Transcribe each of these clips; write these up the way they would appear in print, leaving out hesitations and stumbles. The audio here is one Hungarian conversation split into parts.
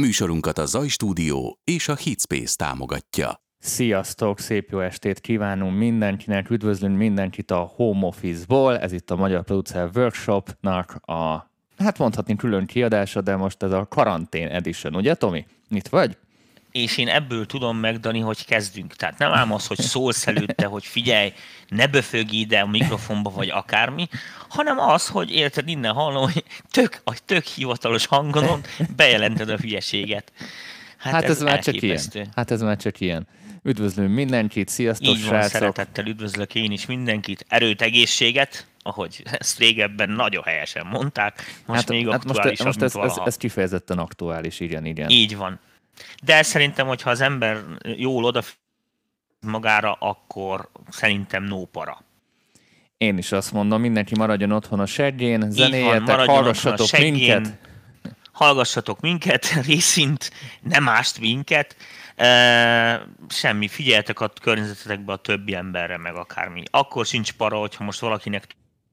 Műsorunkat a Zaj Stúdió és a Hitspace támogatja. Sziasztok, szép jó estét kívánunk mindenkinek, üdvözlünk mindenkit a Home Office-ból, ez itt a Magyar Producer Workshopnak a, hát mondhatni külön kiadása, de most ez a karantén edition, ugye Tomi? Itt vagy? És én ebből tudom megdani, hogy kezdünk. Tehát nem ám az, hogy szólsz előtte, hogy figyelj, ne böfögj ide a mikrofonba, vagy akármi, hanem az, hogy érted, innen hallom, hogy tök hivatalos hangon bejelented a hülyeséget. Hát ez már csak ilyen. Ez már csak ilyen. Üdvözlünk mindenkit, sziasztok, így van, srácok. Szeretettel üdvözlök én is mindenkit, erőt, egészséget, ahogy ezt régebben nagyon helyesen mondták, most még aktuálisabb, most mint valaha. ez kifejezetten aktuális, igen. Így van. De szerintem, hogyha az ember jól odafigyel magára, akkor szerintem no para. Én is azt mondom, mindenki maradjon otthon a seggén, zenéljetek, hallgassatok minket. Hallgassatok minket, részint, nem mást minket. Semmi, figyeljetek a környezetetekbe a többi emberre, meg akármi. Akkor sincs para, hogyha most valakinek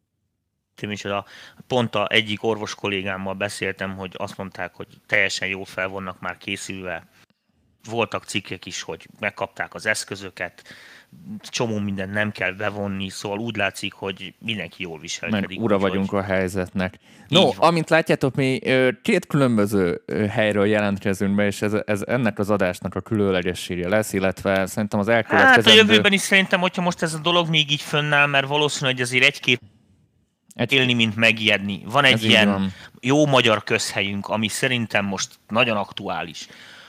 pont egyik orvos kollégámmal beszéltem, hogy azt mondták, hogy teljesen jól fel vannak már készülve. Voltak cikkek is, hogy megkapták az eszközöket, csomó mindent nem kell bevonni, szóval úgy látszik, hogy mindenki jól viselkedik. Meg ura vagyunk a helyzetnek. No, amint látjátok, mi két különböző helyről jelentkezünk be, és ez ennek az adásnak a különlegessége lesz, illetve szerintem az elkövetkezendő... Hát a jövőben is szerintem, hogyha most ez a dolog még így fönnáll, mert valószínűleg hogy azért egy-két élni, mint megijedni. Van egy ilyen jó magyar közhelyünk, ami szerintem most nagyon aktuális.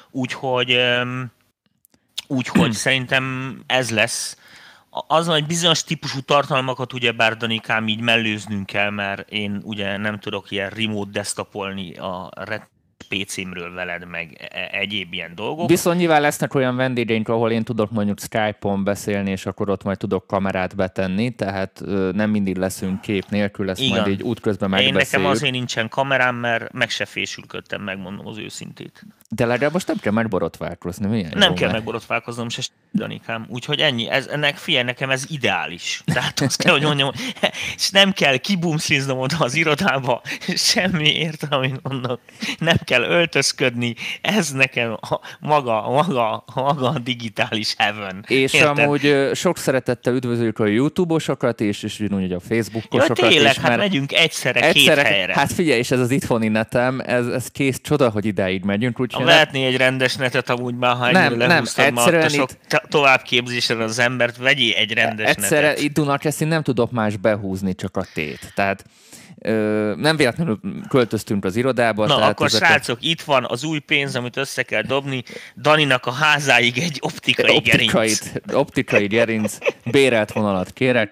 Úgyhogy szerintem ez lesz. Azon, hogy bizonyos típusú tartalmakat ugyebár, Danikám, így mellőznünk kell, mert én ugye nem tudok ilyen remote desktopolni a PC-mről veled, meg egyéb ilyen dolgok. Viszont nyilván lesznek olyan vendégeink, ahol én tudok mondjuk Skype-on beszélni, és akkor ott majd tudok kamerát betenni, tehát nem mindig leszünk kép nélkül, ezt majd így útközben megbeszéljük. Nekem azért nincsen kamerám, mert meg se fésülködtem, megmondom az őszintét. De legalább most nem kell megborotválkozni, milyen nem kell megborotválkoznom se, Danikám. Úgyhogy ennyi, nekem ez ideális. Tehát azt kell, hogy mondjam, és nem kell kibumszliznom oda az irodába, semmi értelme, mondom, nem kell öltözködni, ez nekem maga a digitális heaven. És érted? Amúgy sok szeretettel üdvözöljük a YouTube-osokat, és ugyanúgy a Facebookosokat is. Tényleg, hát megyünk egyszerre két helyre. Hát figyelj, és ez az itthoni netem, ez kész csoda, hogy idáig megyünk. Vehetné egy rendes netet amúgy már, ha ennyire lehúztad ma a sok továbbképzésre az embert, vegyél egy rendes netet. Egyszerre itt Dunakeszin nem tudok más behúzni, csak a tét. Tehát nem véletlenül költöztünk az irodába. Na tehát akkor srácok, itt van az új pénz, amit össze kell dobni. Daninak a házáig egy optikai gerinc. Optikai gerinc, bérelt vonalat kérek.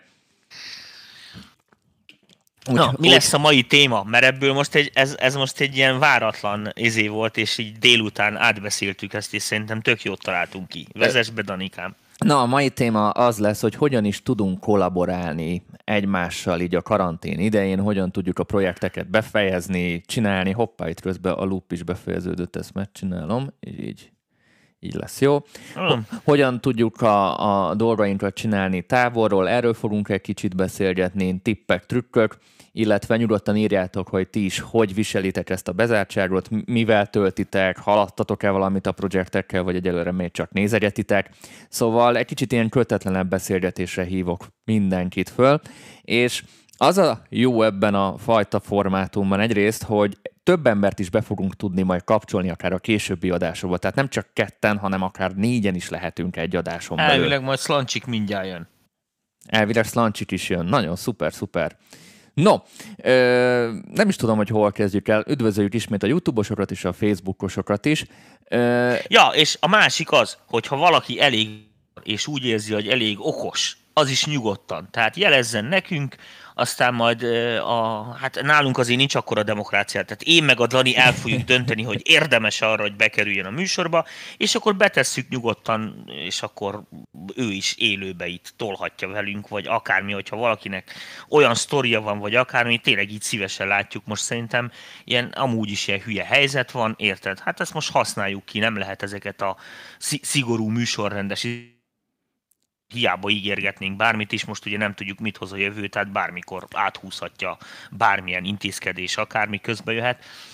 Mi lesz a mai téma? Mert ebből most ez most egy ilyen váratlan volt, és így délután átbeszéltük ezt, és szerintem tök jót találtunk ki. Vezess be, Danikám! Na, a mai téma az lesz, hogy hogyan is tudunk kollaborálni egymással így a karantén idején, hogyan tudjuk a projekteket befejezni, csinálni. Hoppá, itt közben a loop is befejeződött, ezt megcsinálom, így lesz jó. Hogyan tudjuk a dolgainkat csinálni távolról, erről fogunk egy kicsit beszélgetni, tippek, trükkök, illetve nyugodtan írjátok, hogy ti is hogy viselitek ezt a bezártságot, mivel töltitek, haladtatok-e valamit a projektekkel, vagy egyelőre még csak nézegetitek. Szóval egy kicsit ilyen kötetlenebb beszélgetésre hívok mindenkit föl, és az a jó ebben a fajta formátumban egyrészt, hogy több embert is be fogunk tudni majd kapcsolni akár a későbbi adásokba, tehát nem csak ketten, hanem akár négyen is lehetünk egy adáson belül. Elvileg majd Szlancsik mindjárt jön. Elvileg Szlancsik is jön. Nagyon szuper. No, nem is tudom, hogy hol kezdjük el. Üdvözöljük ismét a YouTube-osokat és a Facebook-osokat is. Ja, és a másik az, hogyha valaki elég, és úgy érzi, hogy elég okos, az is nyugodtan. Tehát jelezzen nekünk, aztán majd hát nálunk azért nincs akkora demokrácia. Tehát én meg a Dani el fogjuk dönteni, hogy érdemes arra, hogy bekerüljön a műsorba, és akkor betesszük nyugodtan, és akkor ő is élőbe itt tolhatja velünk, vagy akármi, hogyha valakinek olyan sztoria van, vagy akármi, tényleg így szívesen látjuk. Most szerintem amúgy is ilyen hülye helyzet van, érted? Hát ezt most használjuk ki, nem lehet ezeket a szigorú műsorrendes hiába ígérgetnénk bármit is, most ugye nem tudjuk, mit hoz a jövő, tehát bármikor áthúzhatja bármilyen intézkedés, akármi közbe jöhet.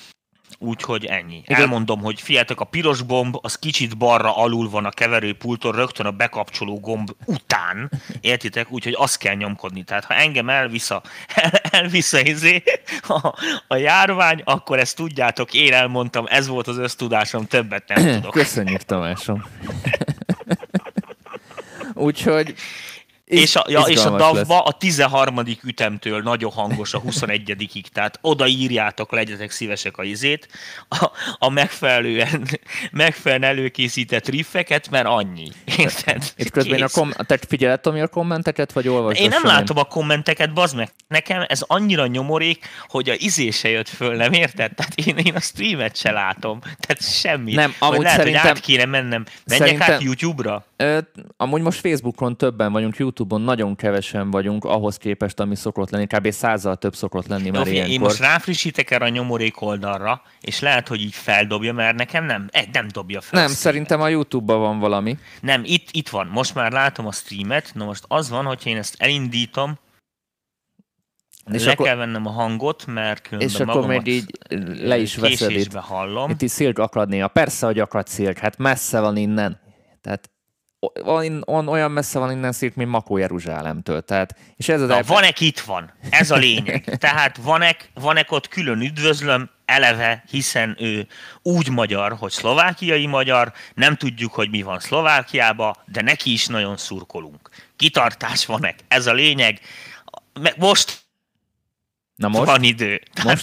Úgyhogy ennyi. Elmondom, hogy figyeljetek, a piros gomb az kicsit balra alul van a keverőpulton, rögtön a bekapcsoló gomb után, értitek? Úgyhogy azt kell nyomkodni. Tehát ha engem elvisz a járvány, akkor ezt tudjátok, én elmondtam, ez volt az össztudásom, többet nem tudok. Köszönjük, Tamásom. Úgyhogy... És a DAV-ba a 13. ütemtől nagyon hangos a 21-ig, tehát odaírjátok, legyetek szívesek a izét, a megfelelően előkészített riffeket, mert annyi. Érted? Itt közben te figyeled, Tomi, a kommenteket, vagy olvasd? Én nem látom a kommenteket, bazd meg. Nekem ez annyira nyomorék, hogy a izé se jött föl, nem érted? Tehát én a streamet se látom. Tehát semmi. Nem, amúgy lehet, szerintem... hogy át kéne mennem. Menjek át YouTube-ra? Amúgy most Facebookon többen vagyunk, YouTube-on nagyon kevesen vagyunk, ahhoz képest, ami szokott lenni. Kb. 100-zal több szokott lenni már ilyenkor. Én most ráfrissítek erre a nyomorék oldalra, és lehet, hogy így feldobja, mert nekem nem dobja fel. Nem, szerintem a YouTube-ban van valami. Nem, itt van. Most már látom a streamet. Na most az van, hogyha én ezt elindítom, és le kell vennem a hangot, mert különben és akkor még így le is veszed itt. Hallom. Itt is Szilk akadnél. Persze, hogy akad Szilk. Hát messze van innen. Tehát olyan messze van innen Szilk, mint Makó Jeruzsálemtől. Tehát, és ez az Vanek itt van. Ez a lényeg. Tehát Vanek ott külön üdvözlöm, eleve, hiszen ő úgy magyar, hogy szlovákiai magyar, nem tudjuk, hogy mi van Szlovákiába, de neki is nagyon szurkolunk. Kitartás Vanek. Ez a lényeg. Most van idő.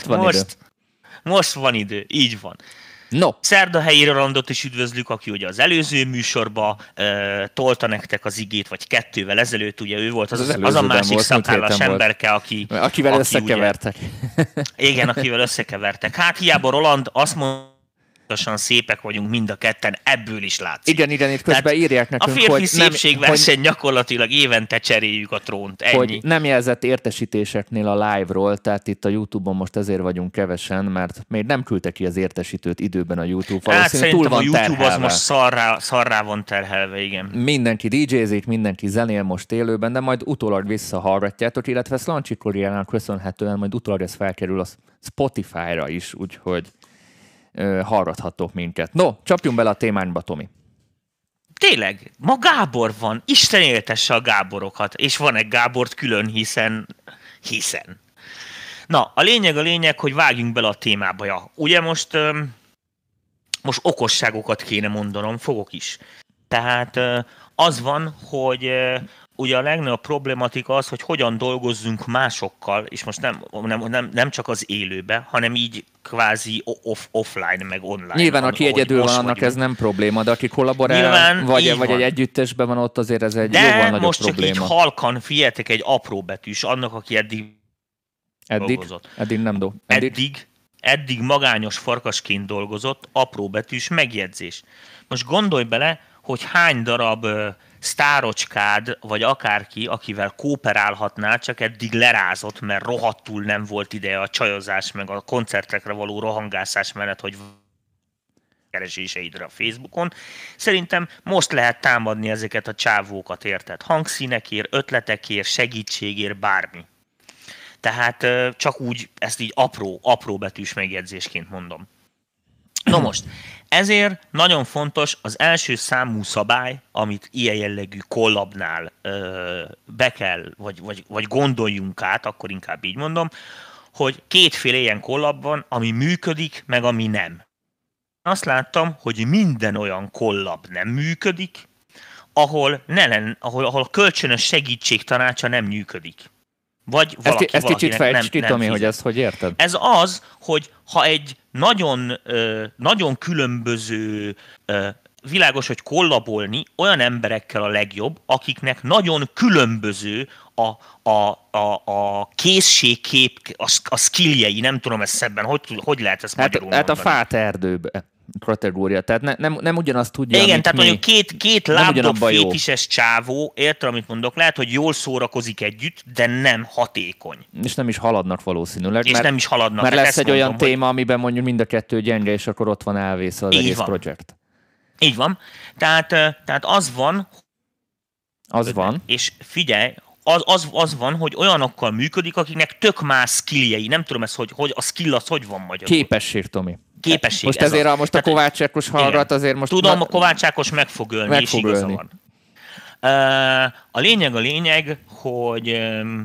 Most van idő, így van. No. Szerdahelyi Rolandot is üdvözlük, aki ugye az előző műsorba tolta nektek az igét, vagy 2-vel ezelőtt, ugye ő volt az a másik szakállas emberke, akivel összekevertek. Ugye, igen, akivel összekevertek. Hát hiába Roland azt mondta, szépek vagyunk mind a ketten, ebből is látszik. Igen, itt közben tehát írják nekünk, a férfi szépségverseny gyakorlatilag évente cseréljük a trónt, ennyi. Hogy nem jelzett értesítéseknél a live-ról, tehát itt a YouTube-on most ezért vagyunk kevesen, mert még nem küldte ki az értesítőt időben a YouTube. Hát szerintem a YouTube terhelve. Az most szarrá van terhelve, igen. Mindenki DJ-zik, mindenki zenél most élőben, de majd utólag visszahallgatjátok, illetve Szlancsi Koriának köszönhetően majd utólag ez felkerül a Spotify-ra is, úgyhogy hallgathatok minket. No, csapjunk bele a témánkba, Tomi. Tényleg, ma Gábor van. Isten éltesse a Gáborokat. És van egy Gábort külön, hiszen. Na, a lényeg, hogy vágjunk bele a témába. Ja. Ugye most okosságokat kéne mondanom, fogok is. Tehát az van, hogy ugye a legnagyobb problematika az, hogy hogyan dolgozzunk másokkal, és most nem csak az élőbe, hanem így kvázi offline, meg online. Nyilván, aki egyedül van, annak ez nem probléma, de aki kollaborál, vagy egy együttesben van ott, azért ez egy jóval nagyobb most probléma. Csak így halkan, figyeljetek, egy apró betűs annak, aki eddig dolgozott. Eddig magányos farkasként dolgozott, apró betűs megjegyzés. Most gondolj bele, hogy hány darab sztárocskád, vagy akárki, akivel kooperálhatnál, csak eddig lerázott, mert rohadtul nem volt ideje a csajozás, meg a koncertekre való rohangászás mellett, hogy kereséseidre a Facebookon. Szerintem most lehet támadni ezeket a csávókat, érted? Hangszínekért, ötletekért, segítségért, bármi. Tehát csak úgy, ezt így apró betűs megjegyzésként mondom. No most, ezért nagyon fontos az első számú szabály, amit ilyen jellegű collabnál be kell, vagy gondoljunk át, akkor inkább így mondom, hogy kétféle ilyen collab van, ami működik, meg ami nem. Azt láttam, hogy minden olyan collab nem működik, ahol a kölcsönös segítség tanácsa nem működik. Vagy ezt kicsit fejtsd ki, Tomi, hogy ezt hogy érted? Ez az, hogy ha egy nagyon különböző, világos, hogy kollabolni olyan emberekkel a legjobb, akiknek nagyon különböző a készségkép, a skilljei, nem tudom ezt szebben, hogy lehet ezt magyarul mondani? Hát a fát erdőbe kategória, tehát nem ugyanazt tudja, igen, tehát mondjuk két lábdob fétises csávó, érted, amit mondok, lehet, hogy jól szórakozik együtt, de nem hatékony. És nem is haladnak valószínűleg. Mert lesz egy olyan téma, amiben mondjuk mind a kettő gyenge, és akkor ott van elvészve az egész projekt. Így van. Tehát az van. Az van. És figyelj, az van, hogy olyanokkal működik, akiknek tök más skilljei. Nem tudom ezt, hogy a skill az hogy van magyarul. Képesség, Tomi. Képesség. Most ezért most a Kovács Ákos hallgat, azért most... Tudom, a Kovács Ákos meg fog ölni, és igaza van. A lényeg, hogy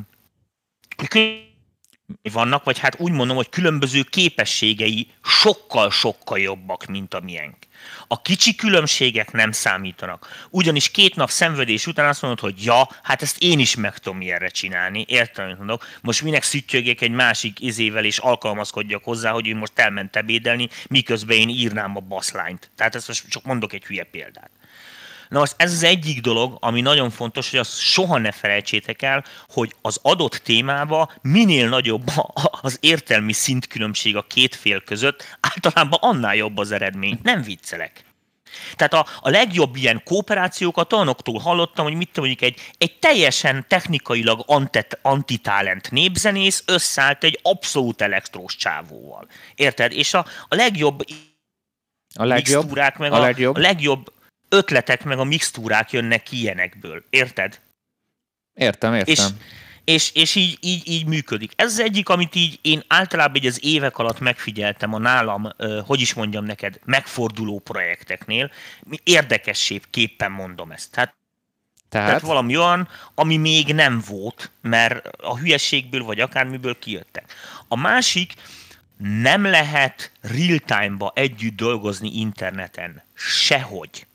vannak, vagy hát úgy mondom, hogy különböző képességei sokkal-sokkal jobbak, mint a miénk. A kicsi különbségek nem számítanak. Ugyanis 2 nap szenvedés után azt mondod, hogy ja, hát ezt én is meg tudom ilyenre csinálni. Értem, amit mondok. Most minek szüttyögjek egy másik izével, és alkalmazkodjak hozzá, hogy ő most elment ebédelni, miközben én írnám a basslányt. Tehát ezt most csak mondok egy hülye példát. Na most ez az egyik dolog, ami nagyon fontos, hogy azt soha ne felejtsétek el, hogy az adott témába minél nagyobb az értelmi szintkülönbség a két fél között, általában annál jobb az eredmény. Nem viccelek. Tehát a legjobb ilyen kooperációkat olyanoktól hallottam, hogy mit tudom, mondjuk egy teljesen technikailag antitálent népzenész összeállt egy abszolút elektrós csávóval. Érted? És a legjobb mixtúrák, meg a legjobb ötletek meg a mixtúrák jönnek ki ilyenekből. Érted? Értem. És így működik. Ez az egyik, amit így én általában így az évek alatt megfigyeltem a nálam, hogy is mondjam neked, megforduló projekteknél. Érdekességképpen mondom ezt. Tehát valami olyan, ami még nem volt, mert a hülyeségből vagy akármiből kijöttek. A másik, nem lehet real-time-ba együtt dolgozni interneten. Sehogy.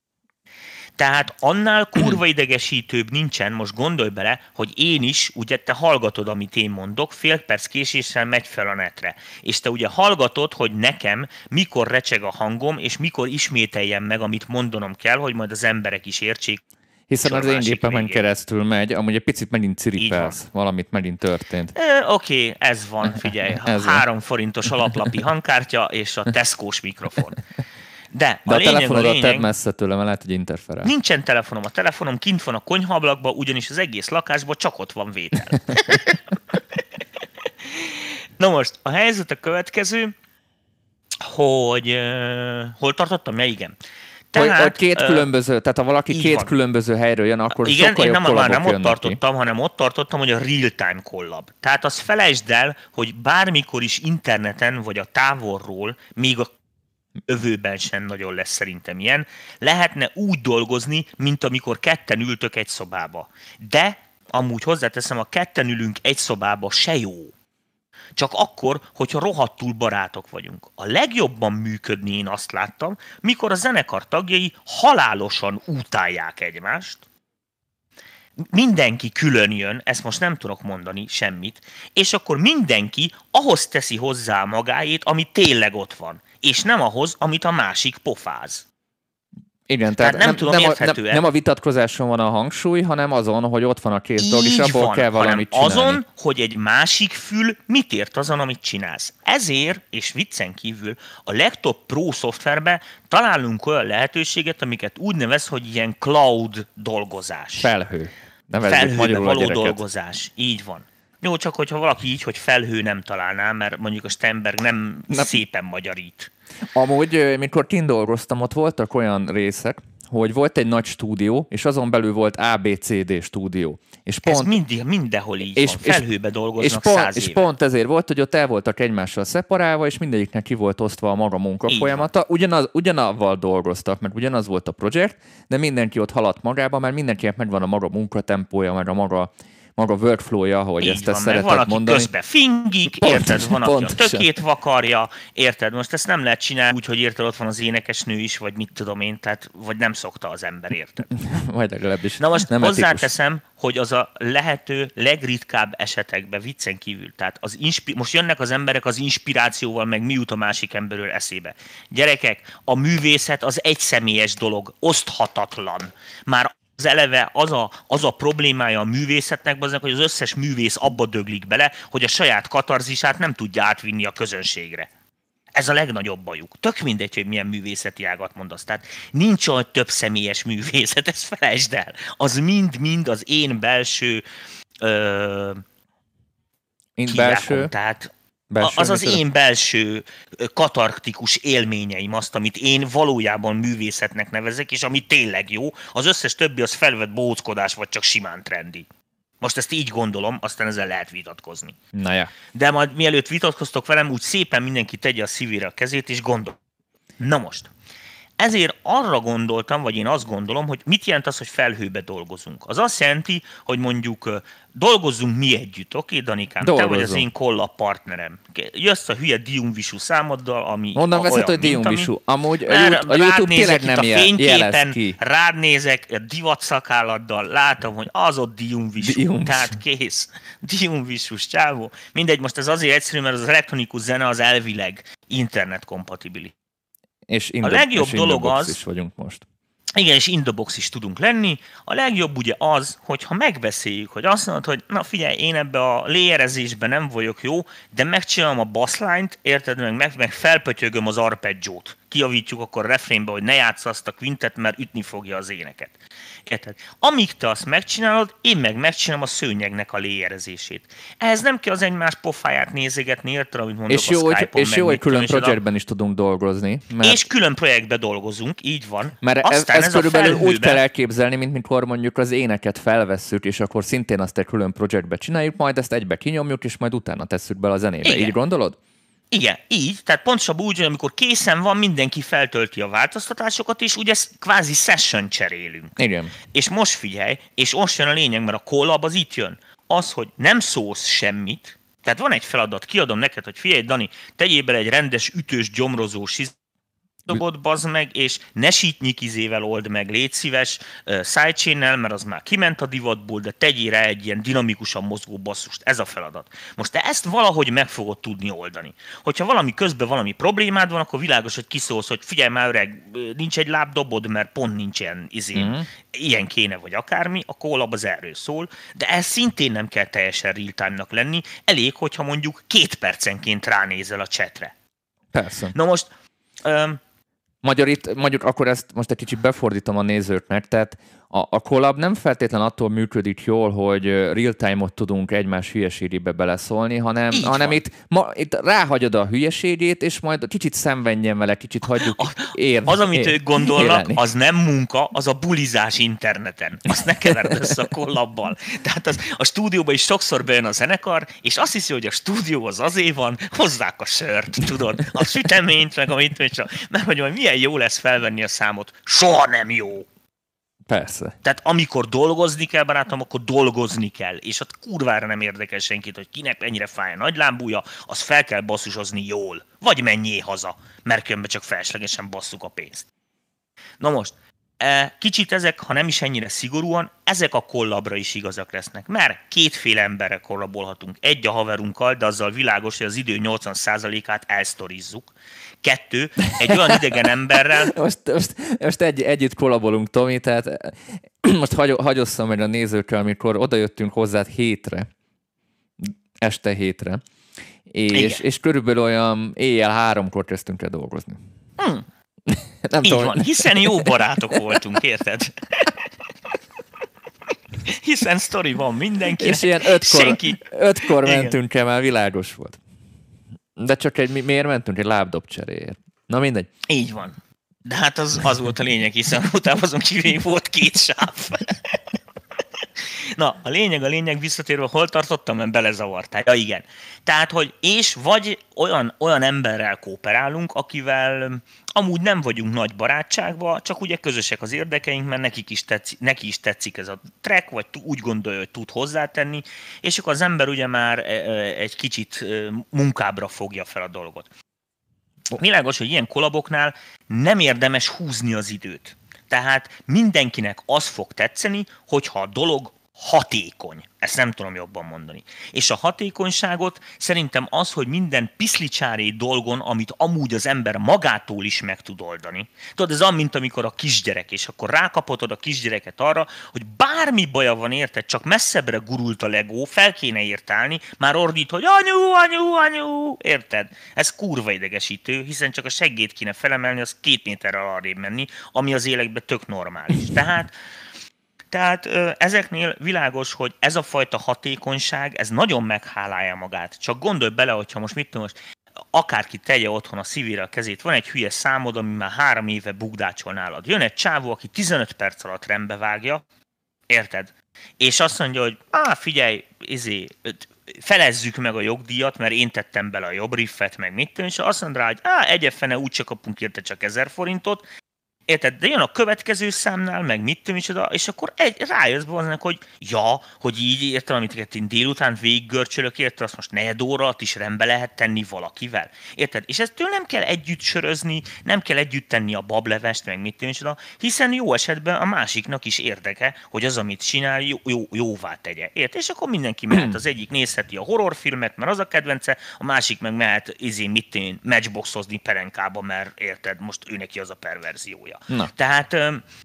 Tehát annál kurva idegesítőbb nincsen, most gondolj bele, hogy én is, ugye te hallgatod, amit én mondok, fél perc késéssel megy fel a netre. És te ugye hallgatod, hogy nekem mikor recseg a hangom, és mikor ismételjem meg, amit mondanom kell, hogy majd az emberek is értsék. Hiszen az én gépemen keresztül megy, amúgy egy picit megint ciripelsz, valamit megint történt. Oké, ez van, figyelj. 3 forintos alaplapi hangkártya és a Tesco-s mikrofon. De a telefonodat tedd messze tőle, mert lehet, hogy interferál. Nincsen telefonom. A telefonom kint van a konyhaablakban, ugyanis az egész lakásban csak ott van vétel. Na most, a helyzet a következő, hogy hol tartottam? Ja, igen. Tehát, hogy két különböző, tehát ha valaki két különböző helyről jön, akkor igen, sokkal jobb kollabok nem ott tartottam, hanem ott tartottam, hogy a real-time kollab. Tehát azt felejtsd el, hogy bármikor is interneten, vagy a távolról, még a jövőben sem nagyon lesz szerintem ilyen, lehetne úgy dolgozni, mint amikor ketten ültök egy szobába. De amúgy hozzáteszem, a ketten ülünk egy szobába se jó. Csak akkor, hogyha rohadtul barátok vagyunk. A legjobban működni én azt láttam, mikor a zenekar tagjai halálosan utálják egymást, mindenki külön jön, ezt most nem tudok mondani semmit, és akkor mindenki ahhoz teszi hozzá magáét, ami tényleg ott van, és nem ahhoz, amit a másik pofáz. Igen, tehát nem a vitatkozáson van a hangsúly, hanem azon, hogy ott van a két dolog, és abból kell valamit csinálni. Azon, hogy egy másik fül mit ért azon, amit csinálsz. Ezért, és viccen kívül, a legtöbb pro szoftverben találunk olyan lehetőséget, amiket úgy nevez, hogy ilyen cloud dolgozás. Felhőbe való dolgozás. Így van. Jó, csak hogyha valaki így, hogy felhő nem találná, mert mondjuk a Sternberg nem szépen magyarít. Amúgy, mikor kint dolgoztam, ott voltak olyan részek, hogy volt egy nagy stúdió, és azon belül volt ABCD stúdió. És pont, ez mindenhol így van. Felhőbe dolgoznak 100 éve. És pont ezért volt, hogy ott el voltak egymással szeparálva, és mindegyiknek ki volt osztva a maga munkafolyamata. Ugyanavval dolgoztak, mert ugyanaz volt a projekt, de mindenki ott haladt magába, mert mindenkinek megvan a maga munkatempója, meg a maga workflow-ja, hogy ezt szeretett mondani. Közben fingik, érted, van, aki a tökét vakarja, érted, most ezt nem lehet csinálni úgy, hogy érted, ott van az énekesnő is, vagy mit tudom én, tehát, vagy nem szokta az ember, érted. Vagy legalábbis. Na most hozzáteszem, hogy az a lehető legritkább esetekben viccen kívül, tehát most jönnek az emberek az inspirációval, meg mi jut a másik emberről eszébe. Gyerekek, a művészet az egyszemélyes dolog, oszthatatlan. Már az eleve az a problémája a művészetnek, hogy az összes művész abba döglik bele, hogy a saját katarzisát nem tudja átvinni a közönségre. Ez a legnagyobb bajuk. Tök mindegy, hogy milyen művészeti ágat mondasz. Tehát nincs olyan több személyes művészet, ezt felejtsd el. Az mind az én belső belső? Tehát az én belső katarktikus élményeim, azt, amit én valójában művészetnek nevezek, és ami tényleg jó, az összes többi az felvett bóckodás, vagy csak simán trendi. Most ezt így gondolom, aztán ezzel lehet vitatkozni. Na ja. De majd mielőtt vitatkoztok velem, úgy szépen mindenki tegye a szívére a kezét, és gondol. Na most, ezért arra gondoltam, vagy én azt gondolom, hogy mit jelent az, hogy felhőbe dolgozunk. Az azt jelenti, hogy mondjuk dolgozzunk mi együtt, oké, Danikám? Te vagy az én kollab partnerem. Jössz a hülye diumvisú számoddal, ami onnan veszed, hogy diumvisú. Amúgy a YouTube tényleg nem jelez ki. Rád nézek, a divatszakálladdal, látom, hogy az ott diumvisú. Tehát kész. Diumvisús csávó. Mindegy, most ez azért egyszerű, mert az elektronikus zene az elvileg internet kompatibilis. És a legjobb dolog az, is vagyunk most. Igen, és in the box is tudunk lenni. A legjobb ugye az, hogyha megbeszéljük, hogy azt mondod, hogy na figyelj, én ebbe a layerezésben nem vagyok jó, de megcsinálom a bassline-t, érted, meg felpötyögöm az arpeggiót. Kijavítjuk akkor a refrénbe, hogy ne játssza azt a quintet, mert ütni fogja az éneket. Érted? Amíg te azt megcsinálod, én meg megcsinálom a szőnyegnek a layerezését. Ehhez nem kell az egymás pofáját nézegetni, érted, amit mondok és jó, a Skype-on. És jó, hogy külön projektben is tudunk dolgozni. Mert... És külön projektben dolgozunk, így van. Mert ez körülbelül úgy kell elképzelni, mint mikor mondjuk az éneket felvesszük, és akkor szintén azt egy külön projektbe csináljuk, majd ezt egybe kinyomjuk, és majd utána tesszük bele a zenébe. Igen. Így gondolod? Igen, így, tehát pontosabban úgy, hogy amikor készen van, mindenki feltölti a változtatásokat, és ugye kvázi session cserélünk. Igen. És most figyelj, és most jön a lényeg, mert a collab az itt jön. Az, hogy nem szólsz semmit, tehát van egy feladat, kiadom neked, hogy figyelj, Dani, tegyél bele egy rendes, ütős, gyomrozós dobod, bazd meg, és ne sítnyikizével old meg, légy szíves, sidechain-nel, mert az már kiment a divatból, de tegyél rá egy ilyen dinamikusan mozgó basszust. Ez a feladat. Most te ezt valahogy meg fogod tudni oldani. Hogyha valami közben valami problémád van, akkor világos, hogy kiszólsz, hogy figyelj már öreg, nincs egy lábdobod, mert pont nincs ilyen kéne, vagy akármi, a collab az erről szól, de ez szintén nem kell teljesen real-time-nak lenni, elég, hogyha mondjuk 2 percenként ránézel a chatre. Persze. Na most... Magyar, akkor ezt most egy kicsit befordítom a nézőknek, tehát a collab nem feltétlen attól működik jól, hogy real-time-ot tudunk egymás hülyeségébe beleszólni, hanem itt ráhagyod a hülyeségét, és majd kicsit szenvedjen vele, kicsit hagyjuk Az, amit ők gondolnak, élni. Az nem munka, az a bulizás interneten. Azt ne keverd össze a collabbal. Tehát a stúdióban is sokszor bejön a zenekar, és azt hiszi, hogy a stúdió az azért van, hozzák a sört, tudod, a süteményt, meg mert hogy milyen jó lesz felvenni a számot. Soha nem jó. Persze. Tehát amikor dolgozni kell, barátom, akkor dolgozni kell. És ott kurvára nem érdekel senkit, hogy kinek ennyire fáj a nagylábúja, az fel kell basszusozni jól. Vagy menjél haza, mert különben csak feleslegesen basszuk a pénzt. Na most, kicsit ezek, ha nem is ennyire szigorúan, ezek a kollabra is igazak lesznek. Mert kétféle emberrel kollabolhatunk. Egy a haverunkkal, de azzal világos, hogy az idő 80%-át elsztorizzuk. 2, egy olyan idegen emberrel... Most együtt kollabolunk, Tomi, tehát most hagyosszam meg a nézőkkel, amikor odajöttünk hozzád este hétre, és körülbelül olyan éjjel 3-kor kezdtünk el dolgozni. Nem így tudom. Van, hiszen jó barátok voltunk, érted? Hiszen sztori van mindenkinek. És ilyen 5-kor mentünk el, már világos volt. De csak miért mentünk? Egy lábdob cseréért. Na mindegy. Így van. De hát az volt a lényeg, hiszen utána azon kívül volt 2 sáv. Na, a lényeg visszatérve, hol tartottam, mert belezavartál. Ja, igen. Tehát, hogy vagy olyan emberrel kooperálunk, akivel amúgy nem vagyunk nagy barátságban, csak ugye közösek az érdekeink, mert neki is tetszik ez a track, vagy úgy gondolja, hogy tud hozzátenni, és akkor az ember ugye már egy kicsit munkábra fogja fel a dolgot. Világos, hogy ilyen kollaboknál nem érdemes húzni az időt. Tehát mindenkinek az fog tetszeni, hogyha a dolog hatékony. Ezt nem tudom jobban mondani. És a hatékonyságot szerintem az, hogy minden piszlicsári dolgon, amit amúgy az ember magától is meg tud oldani. Tudod, ez olyan, mint amikor a kisgyerek, és akkor rákapotod a kisgyereket arra, hogy bármi baja van, érted, csak messzebbre gurult a Legó, fel kéne értálni, már ordít, hogy anyu, érted? Ez kurva idegesítő, hiszen csak a seggét kéne felemelni, az 2 méterrel arrébb menni, ami az életben tök normális. Tehát ezeknél világos, hogy ez a fajta hatékonyság, ez nagyon meghálálja magát. Csak gondolj bele, hogyha most akárki tegye otthon a szívére a kezét, van egy hülye számod, ami már 3 éve bugdácsol nálad. Jön egy csávó, aki 15 perc alatt rendbe vágja, érted? És azt mondja, hogy figyelj, felezzük meg a jogdíjat, mert én tettem bele a jobb riffet, meg mit tudom, és azt mondja rá, hogy egyefene úgyse kapunk érte csak 1000 forintot, érted? De jön a következő számnál, meg mit tudom, és akkor rájössz baznak, hogy így érted, amit én délután végiggörcsölök, érted, azt most negyed óra alatt is rendbe lehet tenni valakivel. Érted? És eztől nem kell együtt sörözni, nem kell együtt tenni a bablevest, meg mit tudom, hiszen jó esetben a másiknak is érdeke, hogy az, amit csinál, jóvá tegye. Érted? És akkor mindenki mehet, az egyik nézheti a horrorfilmet, mert az a kedvence, a másik meg mehet matchboxozni perenkába, mert érted, most ő neki az a perverziója. Na. Tehát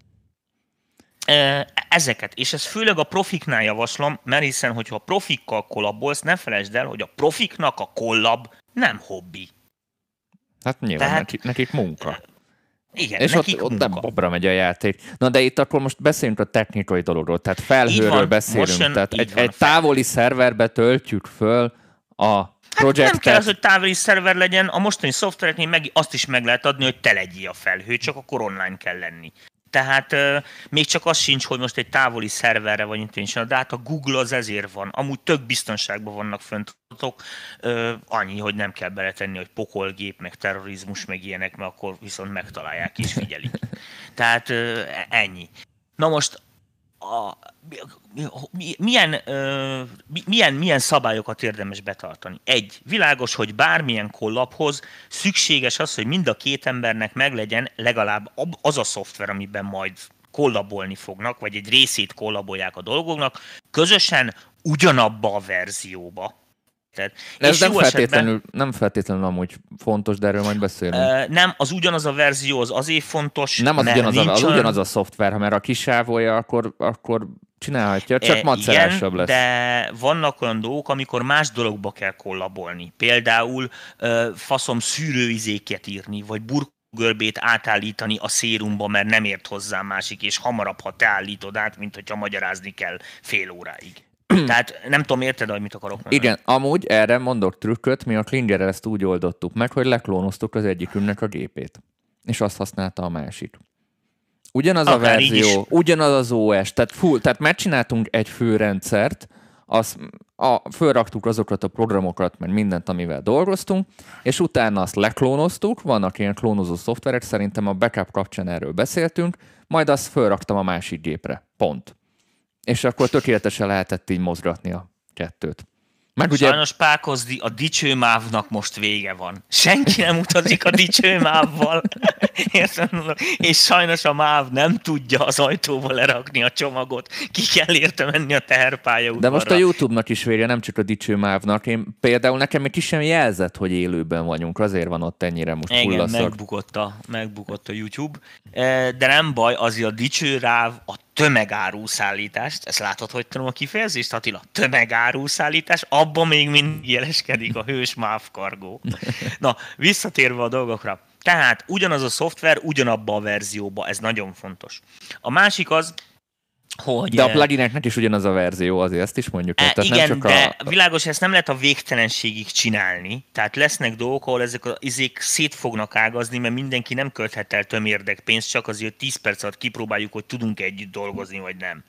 ezeket, és ezt főleg a profiknál javaslom, mert hiszen, hogyha a profikkal kollabolsz, ne felejtsd el, hogy a profiknak a kollab nem hobbi. Hát nyilván tehát, nekik munka. Igen, és nekik ott munka. nem babra megy a játék. Na de itt akkor most beszéljünk a technikai dologról, tehát felhőről beszélünk, tehát egy távoli szerverbe töltjük föl a projektet. Nem kell az, hogy távoli szerver legyen, a mostani szoftvereknél azt is meg lehet adni, hogy te legyél a felhő, csak akkor online kell lenni. Tehát még csak az sincs, hogy most egy távoli szerverre vagy intention, de hát a Google az ezért van. Amúgy tök biztonságban vannak fönt, annyi, hogy nem kell beletenni, hogy pokolgép, meg terrorizmus, meg ilyenek, mert akkor viszont megtalálják és figyelik. Tehát ennyi. Na most milyen szabályokat érdemes betartani? Világos, hogy bármilyen kollabhoz szükséges az, hogy mind a két embernek meglegyen legalább az a szoftver, amiben majd kollabolni fognak, vagy egy részét kollabolják a dolgoknak, közösen ugyanabba a verzióba. Tehát, ez nem feltétlenül amúgy fontos, de erről majd beszélünk. Nem, az ugyanaz a verzió az azért fontos, nem az ugyanaz a szoftver, mert a kisávolja, akkor csinálhatja, csak macerásabb lesz. De vannak olyan dolgok, amikor más dologba kell kollabolni. Például szűrőizéket írni, vagy burkogörbét átállítani a szérumba, mert nem ért hozzá másik, és hamarabb, ha te állítod át, mint hogyha magyarázni kell fél óráig. Tehát nem tudom, érted, hogy mit akarok mondani. Igen, amúgy erre mondok trükköt, mi a Klingerrel ezt úgy oldottuk meg, hogy leklónoztuk az egyikünknek a gépét. És azt használta a másik. Ugyanaz a verzió, ugyanaz az OS, tehát megcsináltunk egy főrendszert, fölraktuk azokat a programokat, meg mindent, amivel dolgoztunk, és utána azt leklónoztuk, vannak ilyen klónozó szoftverek, szerintem a backup kapcsán erről beszéltünk, majd azt fölraktam a másik gépre. Pont. És akkor tökéletesen lehetett így mozgatni a kettőt. Sajnos Pákozdi, a dicső mávnak most vége van. Senki nem utazik a dicső mávval. És sajnos a máv nem tudja az ajtóba lerakni a csomagot. Ki kell érte menni a teherpályaudvarra. De most a YouTube-nak is vége, nem csak a dicső mávnak. Például nekem még ki sem jelzett, hogy élőben vagyunk. Azért van ott ennyire most hullaszak. Igen, megbukott a YouTube. De nem baj, azért a dicső ráv a tömegáruszállítást, ezt látod, hogy tudom a kifejezést, Attila? Tömegáruszállítás, abban még mindig jeleskedik a hős MÁV kargó. Na, visszatérve a dolgokra. Tehát ugyanaz a szoftver, ugyanabba a verzióba, ez nagyon fontos. A másik az, hogy... De a plugineknek is ugyanaz a verzió, azért ezt is mondjuk. Tehát igen, nem csak de világos, ezt nem lehet a végtelenségig csinálni. Tehát lesznek dolgok, ahol ezek az izék szét fognak ágazni, mert mindenki nem költhet el tömérdek pénzt, csak azért 10 perc alatt kipróbáljuk, hogy tudunk együtt dolgozni, vagy nem.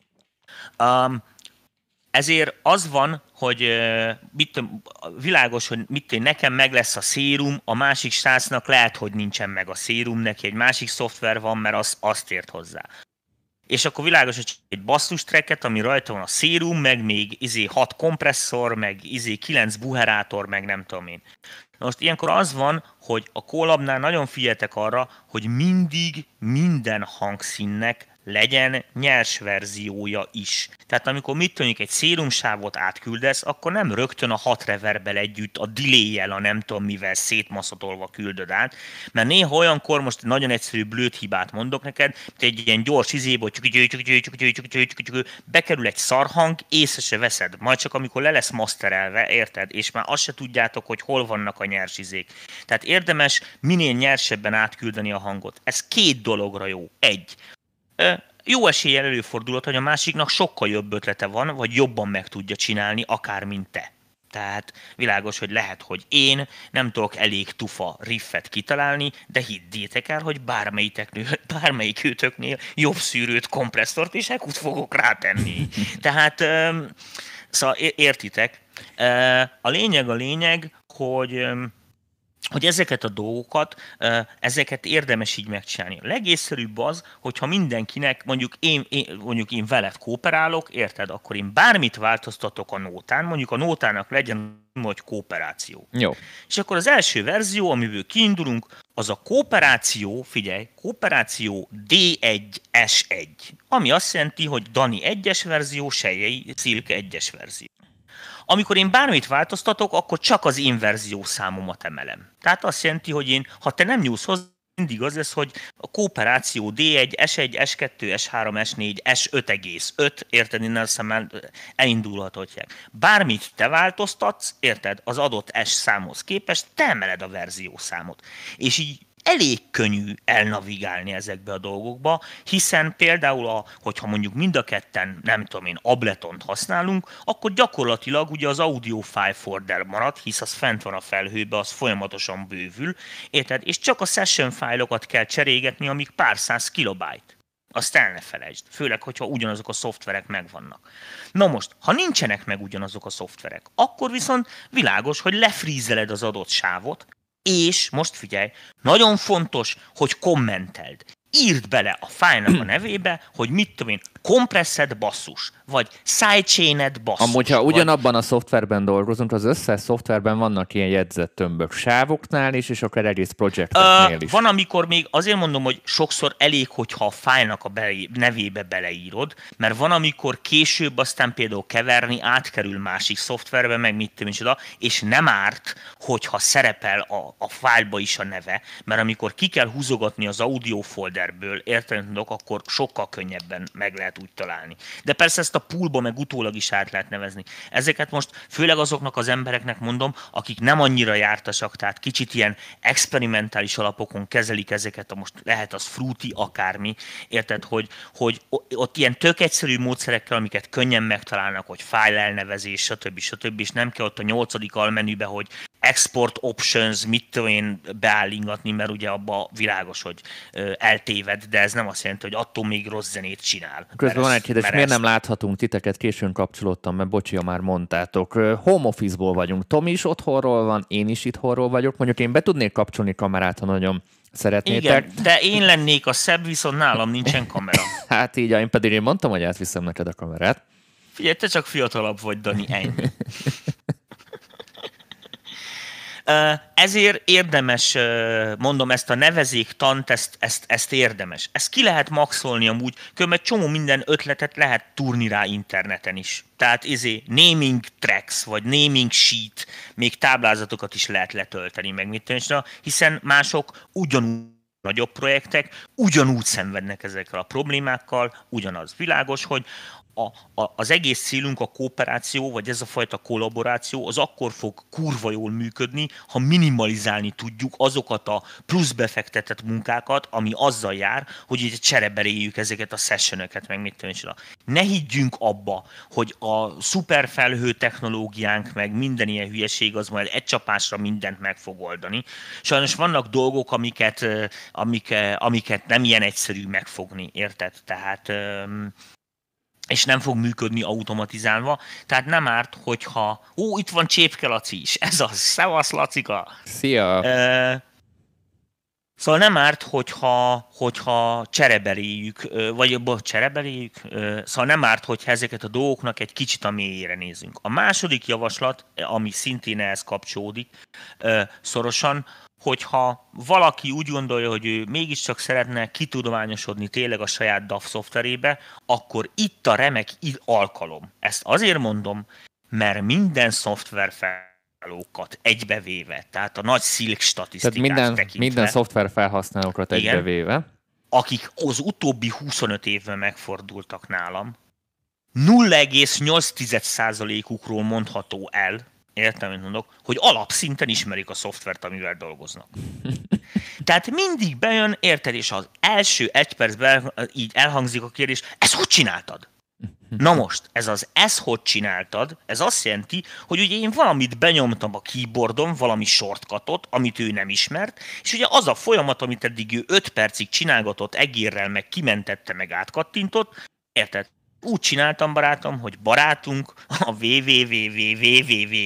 Ezért az van, hogy világos, hogy nekem meg lesz a szérum, a másik srácnak lehet, hogy nincsen meg a szérum, neki egy másik szoftver van, mert azt ért hozzá. És akkor világos, hogy egy basszus tracket, ami rajta van a szérum, meg még 6 kompresszor, meg 9 buherátor, meg nem tudom én. Most ilyenkor az van, hogy a Collabnál nagyon figyeltek arra, hogy mindig minden hangszínnek legyen nyers verziója is. Tehát amikor egy szérumsávot átküldesz, akkor nem rögtön a 6 reverbbel együtt, a delay-jel, a nem tudom mivel szétmaszatolva küldöd át, mert néha olyankor, most nagyon egyszerű blöd hibát mondok neked, egy ilyen gyors izéból bekerül egy szarhang, észre se veszed, majd csak amikor le lesz masterelve, érted? És már azt se tudjátok, hogy hol vannak a nyers izék. Tehát érdemes minél nyersebben átküldeni a hangot. Ez 2 dologra jó. Jó eséllyel előfordulhat, hogy a másiknak sokkal jobb ötlete van, vagy jobban meg tudja csinálni, akár mint te. Tehát világos, hogy lehet, hogy én nem tudok elég tufa riffet kitalálni, de hiddétek el, hogy bármelyikőtöknél jobb szűrőt, kompresszort és ekut fogok rátenni. Tehát, szóval értitek. A lényeg, hogy ezeket a dolgokat, ezeket érdemes így megcsinálni. A legészszerűbb az, hogyha mindenkinek, mondjuk én veled kooperálok, érted, akkor én bármit változtatok a nótán, mondjuk a nótának legyen nagy kooperáció. Jó. És akkor az első verzió, amiből kiindulunk, az a kooperáció, figyelj, kooperáció D1S1, ami azt jelenti, hogy Dani 1-es verzió, Sejjei Szilke 1-es verzió. Amikor én bármit változtatok, akkor csak az inverzió számomat emelem. Tehát azt jelenti, hogy ha te nem nyúlsz hozzá, mindig az lesz, hogy a kooperáció D1, S1, S2, S3, S4, S5,5, érted, innen aztán elindulhatják. Bármit te változtatsz, érted, az adott S számhoz képest, te emeled a verziószámot. És így elég könnyű elnavigálni ezekbe a dolgokba, hiszen például, hogyha mondjuk mind a ketten, nem tudom én, Abletont használunk, akkor gyakorlatilag ugye az audio file folder marad, hisz az fent van a felhőbe, az folyamatosan bővül, érted? És csak a session fájlokat kell cserégetni, amik pár száz kilobájt. Azt el ne felejtsd, főleg, hogyha ugyanazok a szoftverek megvannak. Na most, ha nincsenek meg ugyanazok a szoftverek, akkor viszont világos, hogy lefrízeled az adott sávot, és most figyelj, nagyon fontos, hogy kommenteld. Írd bele a fájlnak a nevébe, hogy mit tudom én, kompresszed basszus, vagy sidechained basszus. Amúgy, ha ugyanabban a szoftverben dolgozunk, az összes szoftverben vannak ilyen jegyzettömbök sávoknál is, és akár egész projekteknél is. Van, amikor még azért mondom, hogy sokszor elég, hogyha a fájlnak a nevébe beleírod, mert van, amikor később aztán például keverni átkerül másik szoftverbe, meg mit tudom én, és nem árt, hogyha szerepel a fájlba is a neve, mert amikor ki kell húzogatni az audio folderből, érted, akkor sokkal könnyebben meg lehet úgy találni. De persze ezt a poolba meg utólag is át lehet nevezni. Ezeket most főleg azoknak az embereknek mondom, akik nem annyira jártasak, tehát kicsit ilyen experimentális alapokon kezelik ezeket, most lehet az fruity, akármi, érted, hogy ott ilyen tök egyszerű módszerekkel, amiket könnyen megtalálnak, hogy file elnevezés, stb. És nem kell ott a 8. almenübe, hogy export options, mit tudom én beállingatni, mert ugye abban világos, hogy eltéved, de ez nem azt jelenti, hogy attól még rossz zenét csinál. Közben van egy kérdés, miért nem láthatunk titeket? Későn kapcsolódtam, mert bocsia, már mondtátok. Home office-ból vagyunk. Tomi is otthonról van, én is itthonról vagyok. Mondjuk én be tudnék kapcsolni kamerát, ha nagyon szeretnétek. Igen, de én lennék a szebb, viszont nálam nincsen kamera. Hát így, én pedig mondtam, hogy átviszem neked a kamerát. Figyelj, te csak fiatalabb vagy, Dani, ennyi. Ezért érdemes, mondom, ezt a nevezéktant, ezt érdemes. Ezt ki lehet maxolni amúgy, különben csomó minden ötletet lehet túrni rá interneten is. Tehát naming tracks, vagy naming sheet, még táblázatokat is lehet letölteni, meg mit tudom, hiszen mások ugyanúgy nagyobb projektek ugyanúgy szenvednek ezekkel a problémákkal, ugyanaz világos, hogy az egész célunk, a kooperáció, vagy ez a fajta kollaboráció, az akkor fog kurva jól működni, ha minimalizálni tudjuk azokat a plusz befektetett munkákat, ami azzal jár, hogy így csereberéljük ezeket a sessionöket, meg mit tudom. Ne higgyünk abba, hogy a szuperfelhő technológiánk, meg minden ilyen hülyeség, az majd egy csapásra mindent meg fog oldani. Sajnos vannak dolgok, amiket nem ilyen egyszerű megfogni, érted? Tehát... és nem fog működni automatizálva, tehát nem árt, hogyha... itt van Csépke Laci is, ez az, szevasz Lacika! Szia! Szóval nem árt, hogyha cserebeléjük, szóval nem árt, hogyha ezeket a dolgoknak egy kicsit a mélyére nézünk. A második javaslat, ami szintén ehhez kapcsolódik szorosan, hogyha valaki úgy gondolja, hogy ő mégiscsak szeretne kitudományosodni tényleg a saját DAW szoftverébe, akkor itt a remek alkalom. Ezt azért mondom, mert minden szoftverfelhasználókat egybevéve, tehát a nagy Silk statisztikát tekintve. Minden szoftver felhasználókat egybevéve. Akik az utóbbi 25 évben megfordultak nálam, 0,8%-ukról mondható el, értem, mint mondok, hogy alapszinten ismerik a szoftvert, amivel dolgoznak. Tehát mindig bejön, érted, és az első 1 percben így elhangzik a kérdés, ezt hogy csináltad? Na most, ezt hogy csináltad? Ez azt jelenti, hogy ugye én valamit benyomtam a keyboardon, valami shortcutot, amit ő nem ismert, és ugye az a folyamat, amit eddig ő 5 percig csinálgatott egérrel, meg kimentette, meg átkattintott, érted? Úgy csináltam, barátom, hogy barátunk a www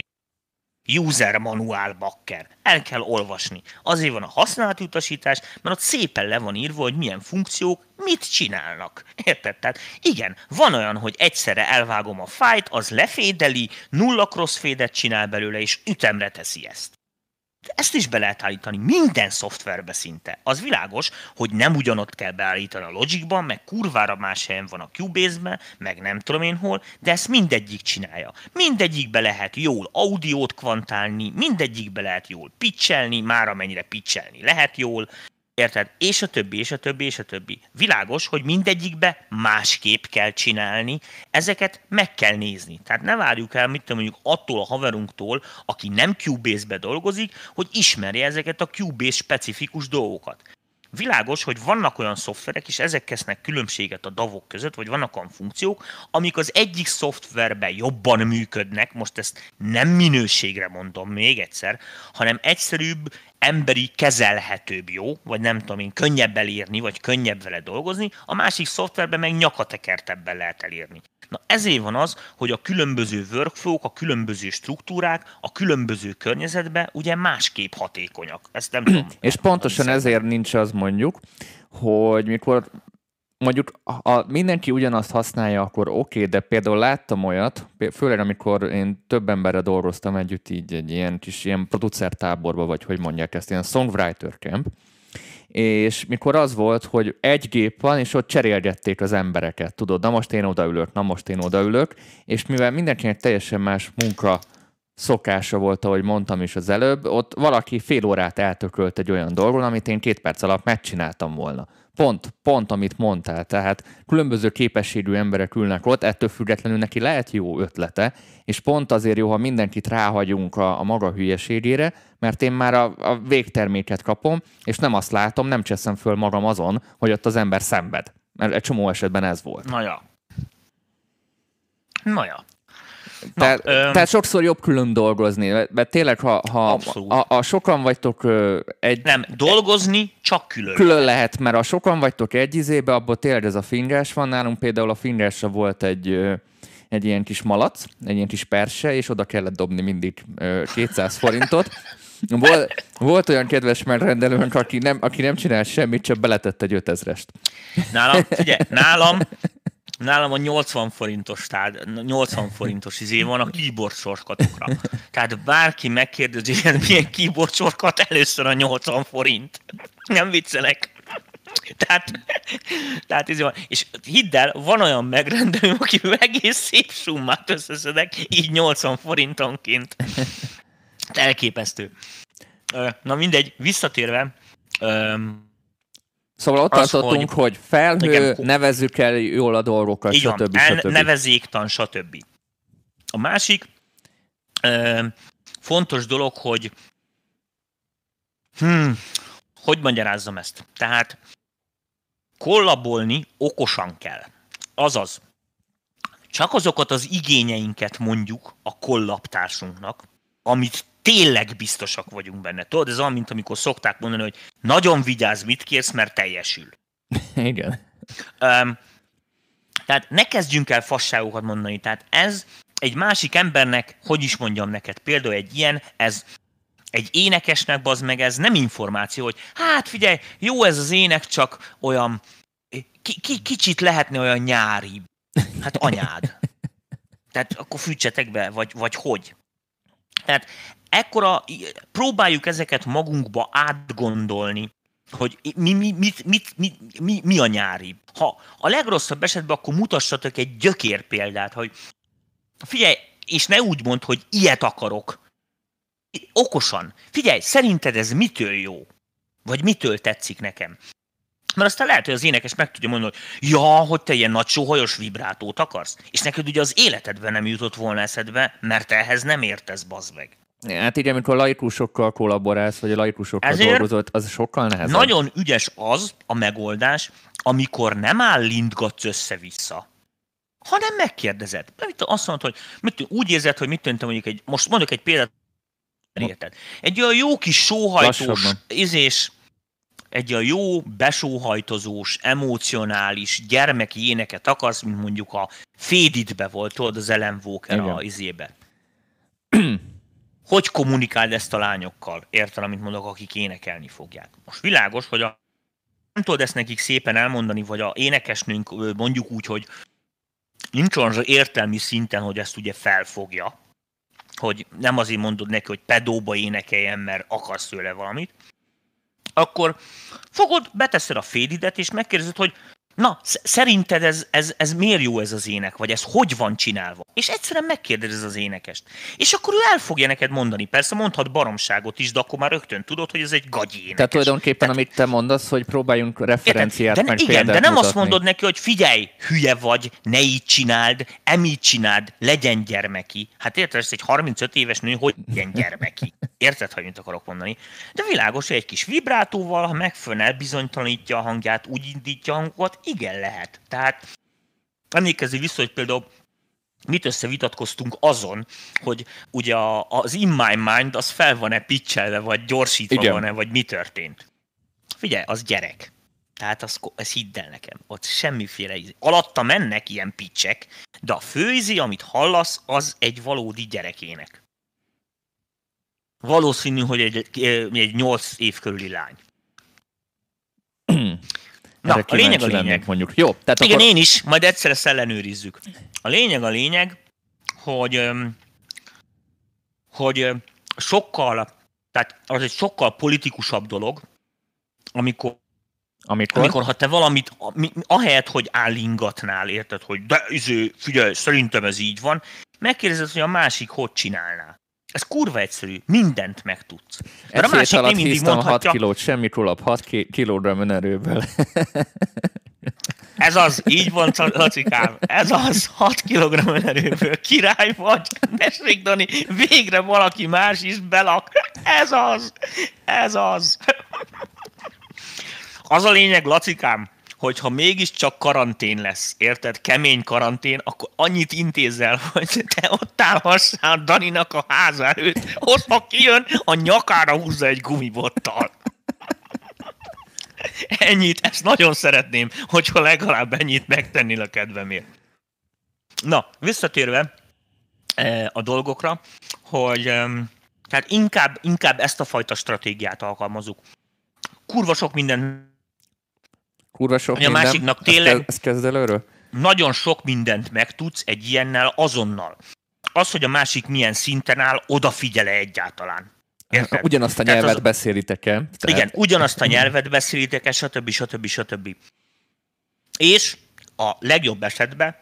user manuál bakker. El kell olvasni. Azért van a használati utasítás, mert ott szépen le van írva, hogy milyen funkciók mit csinálnak. Érted? Tehát igen, van olyan, hogy egyszerre elvágom a fájlt, az lefédeli, 0 crossfade-et csinál belőle, és ütemre teszi ezt. Ezt is be lehet állítani minden szoftverbe szinte. Az világos, hogy nem ugyanott kell beállítani a Logicban, meg kurvára más helyen van a Cubase-ben, meg nem tudom én hol, de ezt mindegyik csinálja. Mindegyikbe lehet jól audiót kvantálni, mindegyikbe lehet jól pitchelni, már amennyire pitchelni lehet jól, érted? És a többi, és a többi, és a többi. Világos, hogy mindegyikbe másképp kell csinálni, ezeket meg kell nézni. Tehát ne várjuk el, mit mondjuk attól a haverunktól, aki nem Cubase-be dolgozik, hogy ismerje ezeket a Cubase specifikus dolgokat. Világos, hogy vannak olyan szoftverek, és ezek tesznek különbséget a DAW-ok között, vagy vannak olyan funkciók, amik az egyik szoftverben jobban működnek, most ezt nem minőségre mondom még egyszer, hanem egyszerűbb, emberi, kezelhetőbb, jó, vagy nem tudom én, könnyebb elírni, vagy könnyebb vele dolgozni, a másik szoftverben meg nyakatekertebben lehet elírni. Na ezért van az, hogy a különböző workflow-k, a különböző struktúrák, a különböző környezetben ugye másképp hatékonyak. Ezt nem tudom. És pontosan ezért nincs az mondjuk, hogy mikor mondjuk mindenki ugyanazt használja, akkor oké, de például láttam olyat, főleg amikor én több emberrel dolgoztam együtt így egy ilyen kis ilyen producertáborba, vagy hogy mondják ezt, ilyen songwriter camp, és mikor az volt, hogy egy gép van, és ott cserélgették az embereket, tudod, na most én odaülök, na most én odaülök, és mivel mindenkinek teljesen más munka szokása volt, ahogy mondtam is az előbb, ott valaki fél órát eltökölt egy olyan dolgon, amit én 2 perc alatt megcsináltam volna. Pont, amit mondtál. Tehát különböző képességű emberek ülnek ott, ettől függetlenül neki lehet jó ötlete, és pont azért jó, ha mindenkit ráhagyunk a maga hülyeségére, mert én már a végterméket kapom, és nem azt látom, nem cseszem föl magam azon, hogy ott az ember szenved. Mert egy csomó esetben ez volt. Na ja. Tehát sokszor jobb külön dolgozni, mert tényleg, ha sokan vagytok egy... Nem, dolgozni csak külön. Külön lehet, mert ha sokan vagytok egy izébe, abból tényleg ez a fingás van. Nálunk például a fingásra volt egy ilyen kis malac, egy ilyen kis perse, és oda kellett dobni mindig 200 forintot. Volt olyan kedves megrendelőnk, aki nem csinált semmit, csak beletett egy 5000-est. Nálam a 80 forintos izé van a keyboard shortcutokra. Tehát bárki megkérdezi, hogy milyen keyboard shortcut, először a 80 forint. Nem viccelek. Tehát izé van. És hidd el, van olyan megrendelő, akiből egész szép summát összeszedek, így 80 forintonként. Elképesztő. Na mindegy, visszatérve... Szóval ott tartottunk, hogy felhő, igen, nevezzük el jól a dolgokat, stb. Nevezéktan, stb. A másik fontos dolog, hogy hogy magyarázzam ezt? Tehát kollabolni okosan kell. Azaz, csak azokat az igényeinket mondjuk a kollabtársunknak, amit tényleg biztosak vagyunk benne. Tudod, ez olyan, mint amikor szokták mondani, hogy nagyon vigyázz, mit kérsz, mert teljesül. Igen. Tehát ne kezdjünk el fasságokat mondani. Tehát ez egy másik embernek, hogy is mondjam neked, például egy ilyen, ez egy énekesnek, bazd meg, ez nem információ, hogy hát figyelj, jó ez az ének, csak olyan kicsit lehetne olyan nyári. Hát anyád. Tehát akkor fűtsetek be, vagy hogy. Tehát ekkora, próbáljuk ezeket magunkba átgondolni, hogy mi a nyári. Ha a legrosszabb esetben, akkor mutassatok egy gyökér példát, hogy figyelj, és ne úgy mondd, hogy ilyet akarok. Okosan. Figyelj, szerinted ez mitől jó? Vagy mitől tetszik nekem? Mert aztán lehet, hogy az énekes meg tudja mondani, hogy ja, hogy te ilyen nagy sóhajos vibrátót akarsz. És neked ugye az életedben nem jutott volna eszedbe, mert ehhez nem értesz, bazd meg. Hát igen, amikor laikusokkal kollaborálsz, vagy a laikusokkal dolgozol, az sokkal nehezebb. Nagyon ügyes az a megoldás, amikor nem állintgatsz össze-vissza, hanem megkérdezed. Azt mondod, hogy úgy érzed, hogy mit tűntem mondjuk most mondok egy példát, érted. Egy olyan jó kis sóhajtós, egy olyan jó, besóhajtozós, emocionális, gyermeki éneket akarsz, mint mondjuk a Fade It-be volt, tudod, az Ellen Walker a izébe. Hogy kommunikáld ezt a lányokkal? Érted, amit mondok, akik énekelni fogják. Most világos, hogy nem tudod ezt nekik szépen elmondani, vagy a énekesnőnk mondjuk úgy, hogy nincs olyan értelmi szinten, hogy ezt ugye felfogja, hogy nem azért mondod neki, hogy pedóba énekeljen, mert akarsz tőle valamit, akkor fogod, beteszed a Fade It-et, és megkérdezed, hogy na, szerinted ez miért jó ez az ének, vagy ez hogy van csinálva? És egyszerűen megkérdezed az énekest. És akkor ő el fogja neked mondani. Persze mondhat baromságot is, de akkor már rögtön tudod, hogy ez egy gagyi énekes. Tehát tulajdonképpen, amit te mondasz, hogy próbáljunk referenciát meg példát igen, de nem mutatni. azt mondod neki, hogy figyelj, hülye vagy, ne így csináld, így csináld, legyen gyermeki. Hát érted, ez egy 35 éves nő, hogy legyen gyermeki. Érted, hogy mit akarok mondani? De világos, hogy egy kis vibrátóval, ha megfelelően elbizonytalanítja a hangját, úgy indítja a hangokat, igen, lehet. Tehát emlékezzé vissza, hogy például mit összevitatkoztunk azon, hogy ugye az In My Mind az fel van-e pitchelve, vagy gyorsítva igen. Van-e, vagy mi történt. Figyelj, az gyerek. Tehát ez hidd el nekem. Ott semmiféle íz. Alatta mennek ilyen pitchek, de a főízi, amit hallasz, az egy valódi gyerekének. Valószínű, hogy egy 8 év körüli lány. Na, a lényeg. Mondjuk. Jó, tehát igen, akkor... én is, majd egyszer ezt ellenőrizzük. A lényeg, hogy sokkal, tehát az egy sokkal politikusabb dolog, amikor ha te valamit, ahelyett, hogy állingatnál, érted, hogy de figyelj, szerintem ez így van, megkérdezed, hogy a másik hogy csinálná. Ez kurva egyszerű, mindent megtudsz. Egy hét alatt hisztam 6 kilót, semmi kolap, 6 kilóra önerőből. Ez az, így van, Lacikám, ez az, 6 kilogramm önerőből, király vagy, tessék, Dani, végre valaki más is belak. Ez az. Az a lényeg, Lacikám, hogyha mégiscsak karantén lesz, érted, kemény karantén, akkor annyit intézzel, hogy te ott állhassál Daninak a háza előtt, ott ha kijön, a nyakára húzza egy gumibottal. Ennyit, ezt nagyon szeretném, hogyha legalább ennyit megtennél a kedvemért. Na, visszatérve a dolgokra, hogy tehát inkább ezt a fajta stratégiát alkalmazunk. Kurva sok minden. A másiknak tényleg ezt kezd előről? Nagyon sok mindent megtudsz egy ilyennel azonnal. Az, hogy a másik milyen szinten áll, odafigyel-e egyáltalán. Érted? Ugyanazt a nyelvet beszélitek-e? Igen, ugyanazt a nyelvet beszélitek-e, stb. És a legjobb esetben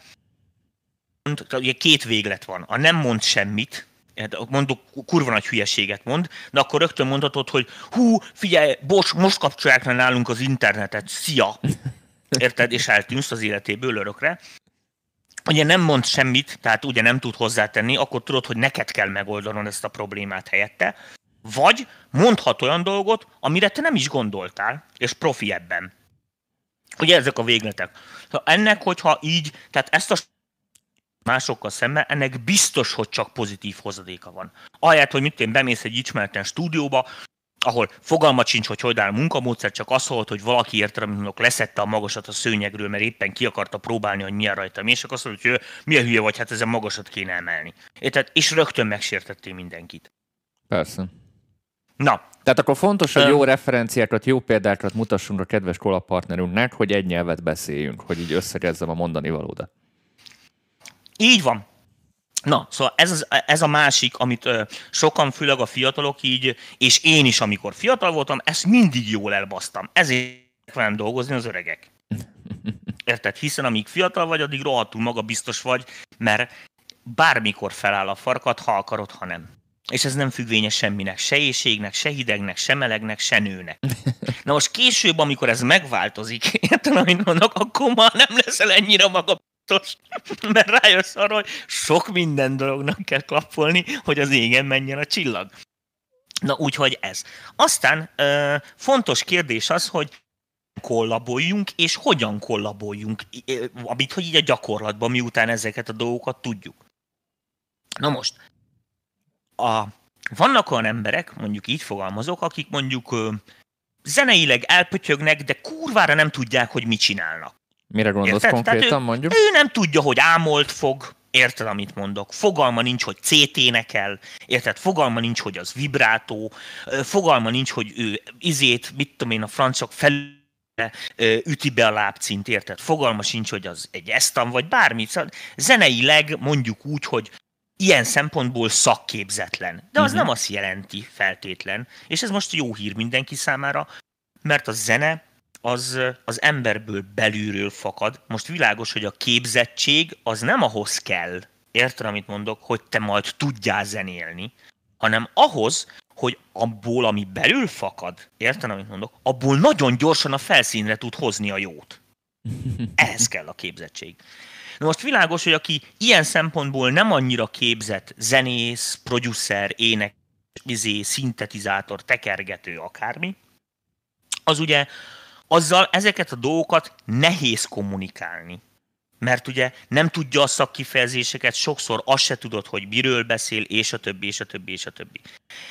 ugye 2 véglet van. A nem mond semmit, mondok, kurva nagy hülyeséget mond, de akkor rögtön mondhatod, hogy figyelj, bocs, most kapcsolják le nálunk az internetet, szia! Érted? És eltűnsz az életéből örökre. Ugye nem mond semmit, tehát ugye nem tud hozzátenni, akkor tudod, hogy neked kell megoldanod ezt a problémát helyette. Vagy mondhat olyan dolgot, amire te nem is gondoltál, és profi ebben. Ugye ezek a végletek. Ennek, hogyha így, tehát ezt a másokkal szemben, ennek biztos, hogy csak pozitív hozadéka van. Ahelyett, hogy bemész egy ismeretlen stúdióba, ahol fogalmat sincs, hogy áll a munkamódszer, csak az volt, hogy valaki érted, amit mondok, leszette a magasat a szőnyegről, mert éppen ki akarta próbálni, hogy milyen rajta mi, és akkor azt mondja, hogy milyen hülye vagy, hát ezen magasat kéne emelni. Érted? És rögtön megsértettél mindenkit. Persze. Na. Tehát akkor fontos, hogy jó referenciákat, jó példákat mutassunk a kedves kolapartnerünknek, hogy egy nyelvet beszéljünk, hogy így összegezzem a mondani valódat. Így van. Na, szóval ez a másik, amit sokan, főleg a fiatalok így, és én is, amikor fiatal voltam, ezt mindig jól elbasztam. Ezért velem dolgozni az öregek. Érted? Hiszen amíg fiatal vagy, addig rohadtul magabiztos vagy, mert bármikor feláll a farkad, ha akarod, ha nem. És ez nem függvényes semminek, se éhségnek, se hidegnek, se melegnek, se nőnek. Na most később, amikor ez megváltozik, érted, amit mondok, akkor már nem leszel ennyire magabiztos. Mert rájössz arra, hogy sok minden dolognak kell klappolni, hogy az égen menjen a csillag. Na úgyhogy ez. Aztán fontos kérdés az, hogy kollaboljunk, és hogyan kollaboljunk, amit hogy így a gyakorlatban, miután ezeket a dolgokat tudjuk. Na most, vannak olyan emberek, mondjuk így fogalmazok, akik mondjuk zeneileg elpötyögnek, de kurvára nem tudják, hogy mit csinálnak. Mire gondolsz konkrétan, mondjuk? Ő nem tudja, hogy ámolt fog, érted, amit mondok? Fogalma nincs, hogy CT-nekel, érted? Fogalma nincs, hogy az vibrátó, fogalma nincs, hogy ő mit tudom én, a francok felül üti be a lábcint, érted? Fogalma sincs, hogy az egy esztam, vagy bármi. Szóval zeneileg mondjuk úgy, hogy ilyen szempontból szakképzetlen. De az nem azt jelenti feltétlen. És ez most jó hír mindenki számára, mert a zene az emberből belülről fakad. Most világos, hogy a képzettség az nem ahhoz kell, érted, amit mondok, hogy te majd tudjál zenélni, hanem ahhoz, hogy abból, ami belül fakad, érted, amit mondok, abból nagyon gyorsan a felszínre tud hozni a jót. Ehhez kell a képzettség. Na most világos, hogy aki ilyen szempontból nem annyira képzett zenész, producer, ének, szintetizátor, tekergető, akármi, az ugye azzal ezeket a dolgokat nehéz kommunikálni. Mert ugye nem tudja a szakkifejezéseket, sokszor azt se tudod, hogy miről beszél, és a többi, és a többi, és a többi.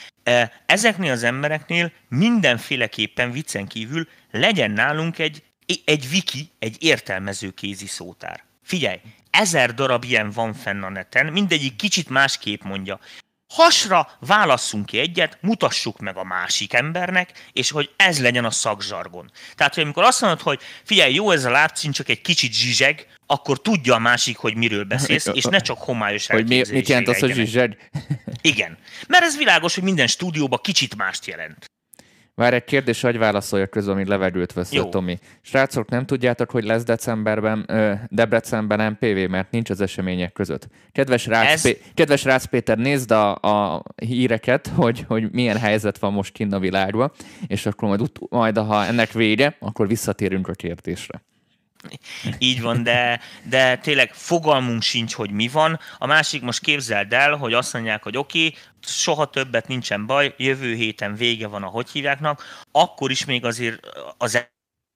Ezeknél az embereknél mindenféleképpen viccen kívül legyen nálunk egy wiki, egy értelmező kézi szótár. Figyelj, 1000 darab ilyen van fenn a neten, mindegyik kicsit másképp mondja. Hasra válasszunk ki egyet, mutassuk meg a másik embernek, és hogy ez legyen a szakzsargon. Tehát, hogy amikor azt mondod, hogy figyelj, jó ez a lábcint, csak egy kicsit zsizseg, akkor tudja a másik, hogy miről beszélsz, és ne csak homályos elképzelésére. Hogy mit jelent az, hogy zsizseg? Igen. Mert ez világos, hogy minden stúdióban kicsit mást jelent. Várj, egy kérdés, hogy válaszoljak közben, amíg levegőt veszel, Tomi. Srácok, nem tudjátok, hogy lesz decemberben, Debrecenben MPV, mert nincs az események között. Kedves Rácz Péter, nézd a híreket, hogy milyen helyzet van most kinn a világban, és akkor majd ha ennek vége, akkor visszatérünk a kérdésre. Így van, de tényleg fogalmunk sincs, hogy mi van. A másik, most képzeld el, hogy azt mondják, hogy oké, soha többet nincsen baj, jövő héten vége van a hogy hívjáknak, akkor is még azért az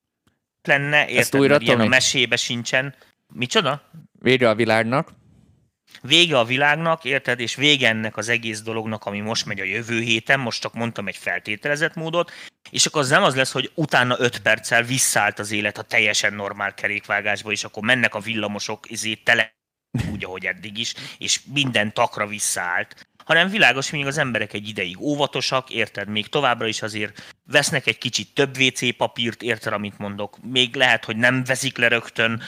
lenne, érted, mert ilyen a mesébe sincsen. Micsoda? Vége a világnak. Vége a világnak, érted, és vége ennek az egész dolognak, ami most megy a jövő héten, most csak mondtam egy feltételezett módot, és akkor az nem az lesz, hogy utána 5 perccel visszaállt az élet a teljesen normál kerékvágásba, és akkor mennek a villamosok tele úgy, ahogy eddig is, és minden takra visszaállt, hanem világos, hogy még az emberek egy ideig óvatosak, érted, még továbbra is azért vesznek egy kicsit több WC papírt, érted, amit mondok, még lehet, hogy nem veszik le rögtön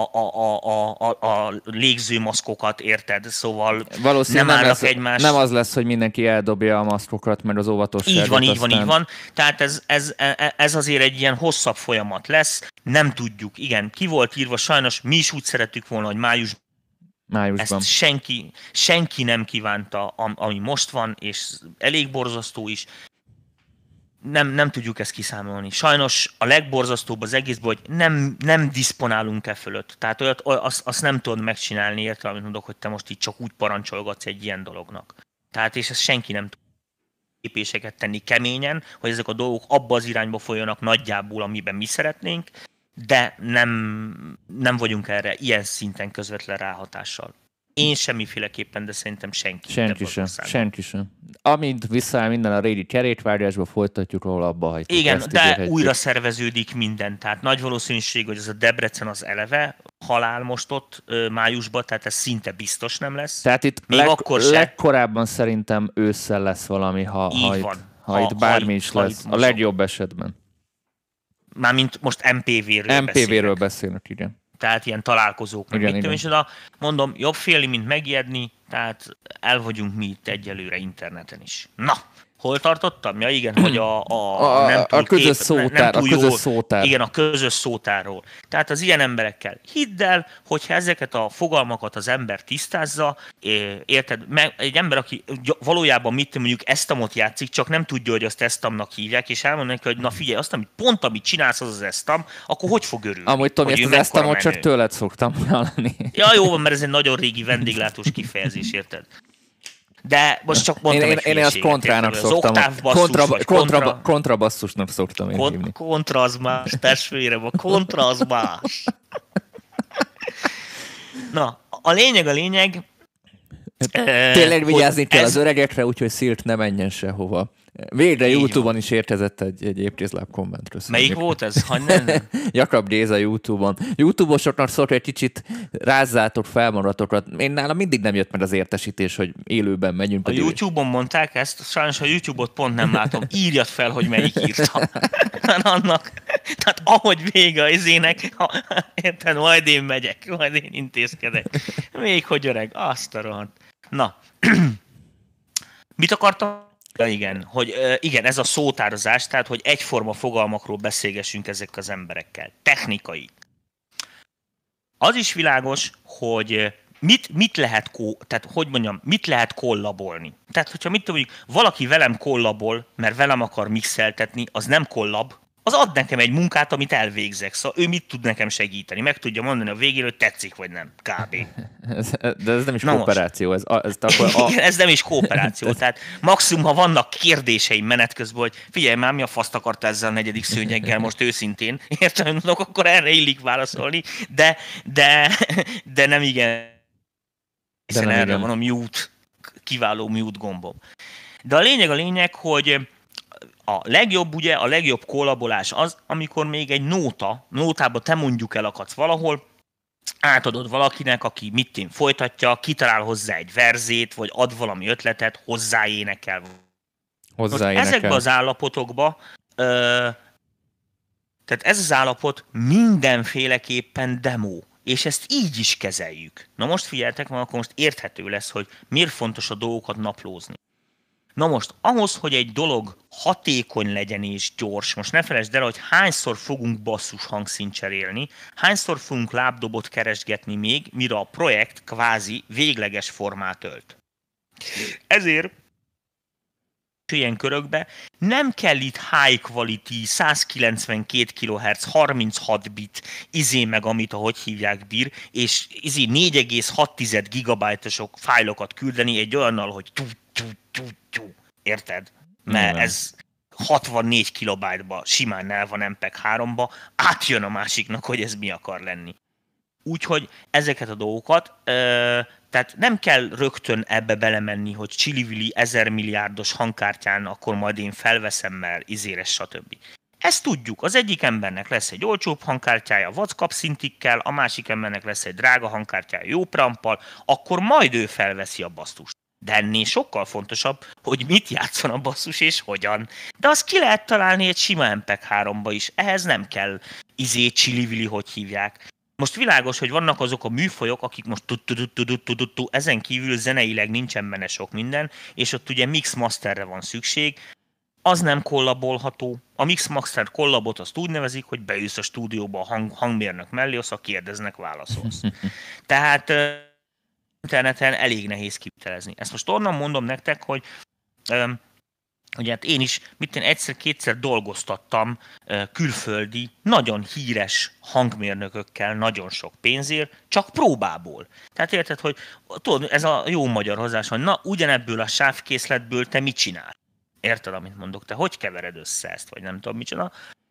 a légzőmaszkokat, érted, szóval valószínűleg nem állnak egymás. Nem az lesz, hogy mindenki eldobja a maszkokat, mert az óvatosságot. Így van. Tehát ez azért egy ilyen hosszabb folyamat lesz, nem tudjuk, igen, ki volt írva, sajnos mi is úgy szerettük volna, hogy májusban. Ezt senki nem kívánta, ami most van, és elég borzasztó is. Nem tudjuk ezt kiszámolni. Sajnos a legborzasztóbb az egészben, hogy nem diszponálunk fölött. Tehát azt nem tudod megcsinálni, érted, amit mondok, hogy te most így csak úgy parancsolgatsz egy ilyen dolognak. Tehát és ezt senki nem tud lépéseket tenni keményen, hogy ezek a dolgok abba az irányba folyjanak nagyjából, amiben mi szeretnénk, de nem vagyunk erre ilyen szinten közvetlen ráhatással. Én semmiféleképpen, de szerintem senki sem. Amint visszaáll minden a régi kerékvágásba, folytatjuk, ahol abba hagytuk. Igen, de újra szerveződik minden. Tehát nagy valószínűség, hogy ez a Debrecen az eleve halál most ott májusban, tehát ez szinte biztos nem lesz. Tehát itt legkorábban szerintem ősszel lesz valami, ha itt bármi is lesz. A legjobb esetben. Mármint most MPV-ről beszélnek, igen. Tehát ilyen találkozók. Igen. És mondom, jobb félni, mint megijedni, tehát el vagyunk mi itt egyelőre interneten is. Na, hol tartottam? Ja igen, hogy a közös szótár. Igen, a közös szótárról. Tehát az ilyen emberekkel hidd el, hogyha ezeket a fogalmakat az ember tisztázza, érted? Egy ember, aki valójában mondjuk esztamot játszik, csak nem tudja, hogy azt esztamnak hívják, és elmondják, hogy na figyelj, amit csinálsz, az esztam, akkor hogy fog örülni? Amúgy Tomi, ezt az esztamot csak tőled szoktam hallani. Ja, jó van, mert ez egy nagyon régi vendéglátós kifejezés, érted? De most csak mondtam én ezt kontrának szoktam. Kontrabasszusnak szoktam én hívni. Kontra az más, testvérem, a kontra az más. Na, a lényeg... Tényleg vigyázni kell az öregekre, úgyhogy Szilt ne menjen sehova. Végre YouTube-on is érkezett egy Éptézláb kommentről. Melyik volt ez? Jakab Géza YouTube-on. YouTube-osoknak szólok, egy kicsit rázzátok, felmaradatokat. Én nálam mindig nem jött meg az értesítés, hogy élőben megyünk. A YouTube-on mondták ezt, sajnos a YouTube-ot pont nem látom. Írjad fel, hogy melyik írta. Annak. Tehát ahogy vége az izének, érted, majd én megyek, majd én intézkedek. Még hogy öreg, azt a rohadt. Na, mit akartam? Ja, igen, igen, ez a szótározás, tehát, hogy egyforma fogalmakról beszélgessünk ezek az emberekkel. Technikai. Az is világos, hogy mit lehet kollabolni. Tehát, hogyha valaki velem kollabol, mert velem akar mixeltetni, az nem kollab, az ad nekem egy munkát, amit elvégzek. Szóval ő mit tud nekem segíteni? Meg tudja mondani a végén, hogy tetszik vagy nem. Kb. De ez nem is kooperáció. Ez nem is kooperáció. Tehát maximum, ha vannak kérdéseim menet közben, hogy figyelj már, mi a faszt akarta ezzel a 4. szőnyeggel most őszintén, értem, akkor erre illik válaszolni, de nem igen. Hiszen erre van a mute, kiváló mute gombom. De a lényeg, hogy a legjobb kollabolás az, amikor még egy nótába te mondjuk elakadsz valahol, átadod valakinek, aki folytatja, kitalál hozzá egy verzét, vagy ad valami ötletet, hozzáénekel. Ezekben az állapotokban, tehát ez az állapot mindenféleképpen demo, és ezt így is kezeljük. Na most figyeltek, akkor most érthető lesz, hogy miért fontos a dolgokat naplózni. Na most, ahhoz, hogy egy dolog hatékony legyen és gyors, most ne felejtsd el, hogy hányszor fogunk basszus hangszínt cserélni, hányszor fogunk lábdobot keresgetni még, mire a projekt kvázi végleges formát ölt. Ezért ilyen körökbe nem kell itt high quality, 192 kHz, 36 bit, meg amit ahogy hívják bír, és 4,6 gigabájtosok fájlokat küldeni egy olyannal, hogy érted? Mert ez 64 kilobájtba simán el van MP3-ba, átjön a másiknak, hogy ez mi akar lenni. Úgyhogy ezeket a dolgokat, tehát nem kell rögtön ebbe belemenni, hogy csili-vili 1000 milliárdos hangkártyán, akkor majd én felveszem, mert izéres, stb. Ezt tudjuk, az egyik embernek lesz egy olcsóbb hangkártyája WhatsApp szintikkel, a másik embernek lesz egy drága hangkártyája jó preampal, akkor majd ő felveszi a basszust. De ennél sokkal fontosabb, hogy mit játszon a basszus és hogyan. De azt ki lehet találni egy sima MP3-ba is. Ehhez nem kell csili-vili, hogy hívják. Most világos, hogy vannak azok a műfajok, akik most ezen kívül zeneileg nincsen benne sok minden, és ott ugye mix-masterre van szükség. Az nem kollabolható. A mix-master kollabot azt úgy nevezik, hogy beülsz a stúdióba a hangmérnök mellé, azt ha kérdeznek, válaszolsz. Tehát interneten elég nehéz kivitelezni. Ezt most onnan mondom nektek, hogy hát én is egyszer-kétszer dolgoztattam külföldi, nagyon híres hangmérnökökkel nagyon sok pénzért, csak próbából. Tehát érted, hogy tudod, ez a jó magyar hozzás, hogy na, ugyanebből a sávkészletből te mit csinál? Érted, amit mondok? Te hogy kevered össze ezt, vagy nem tudom, mit csinál?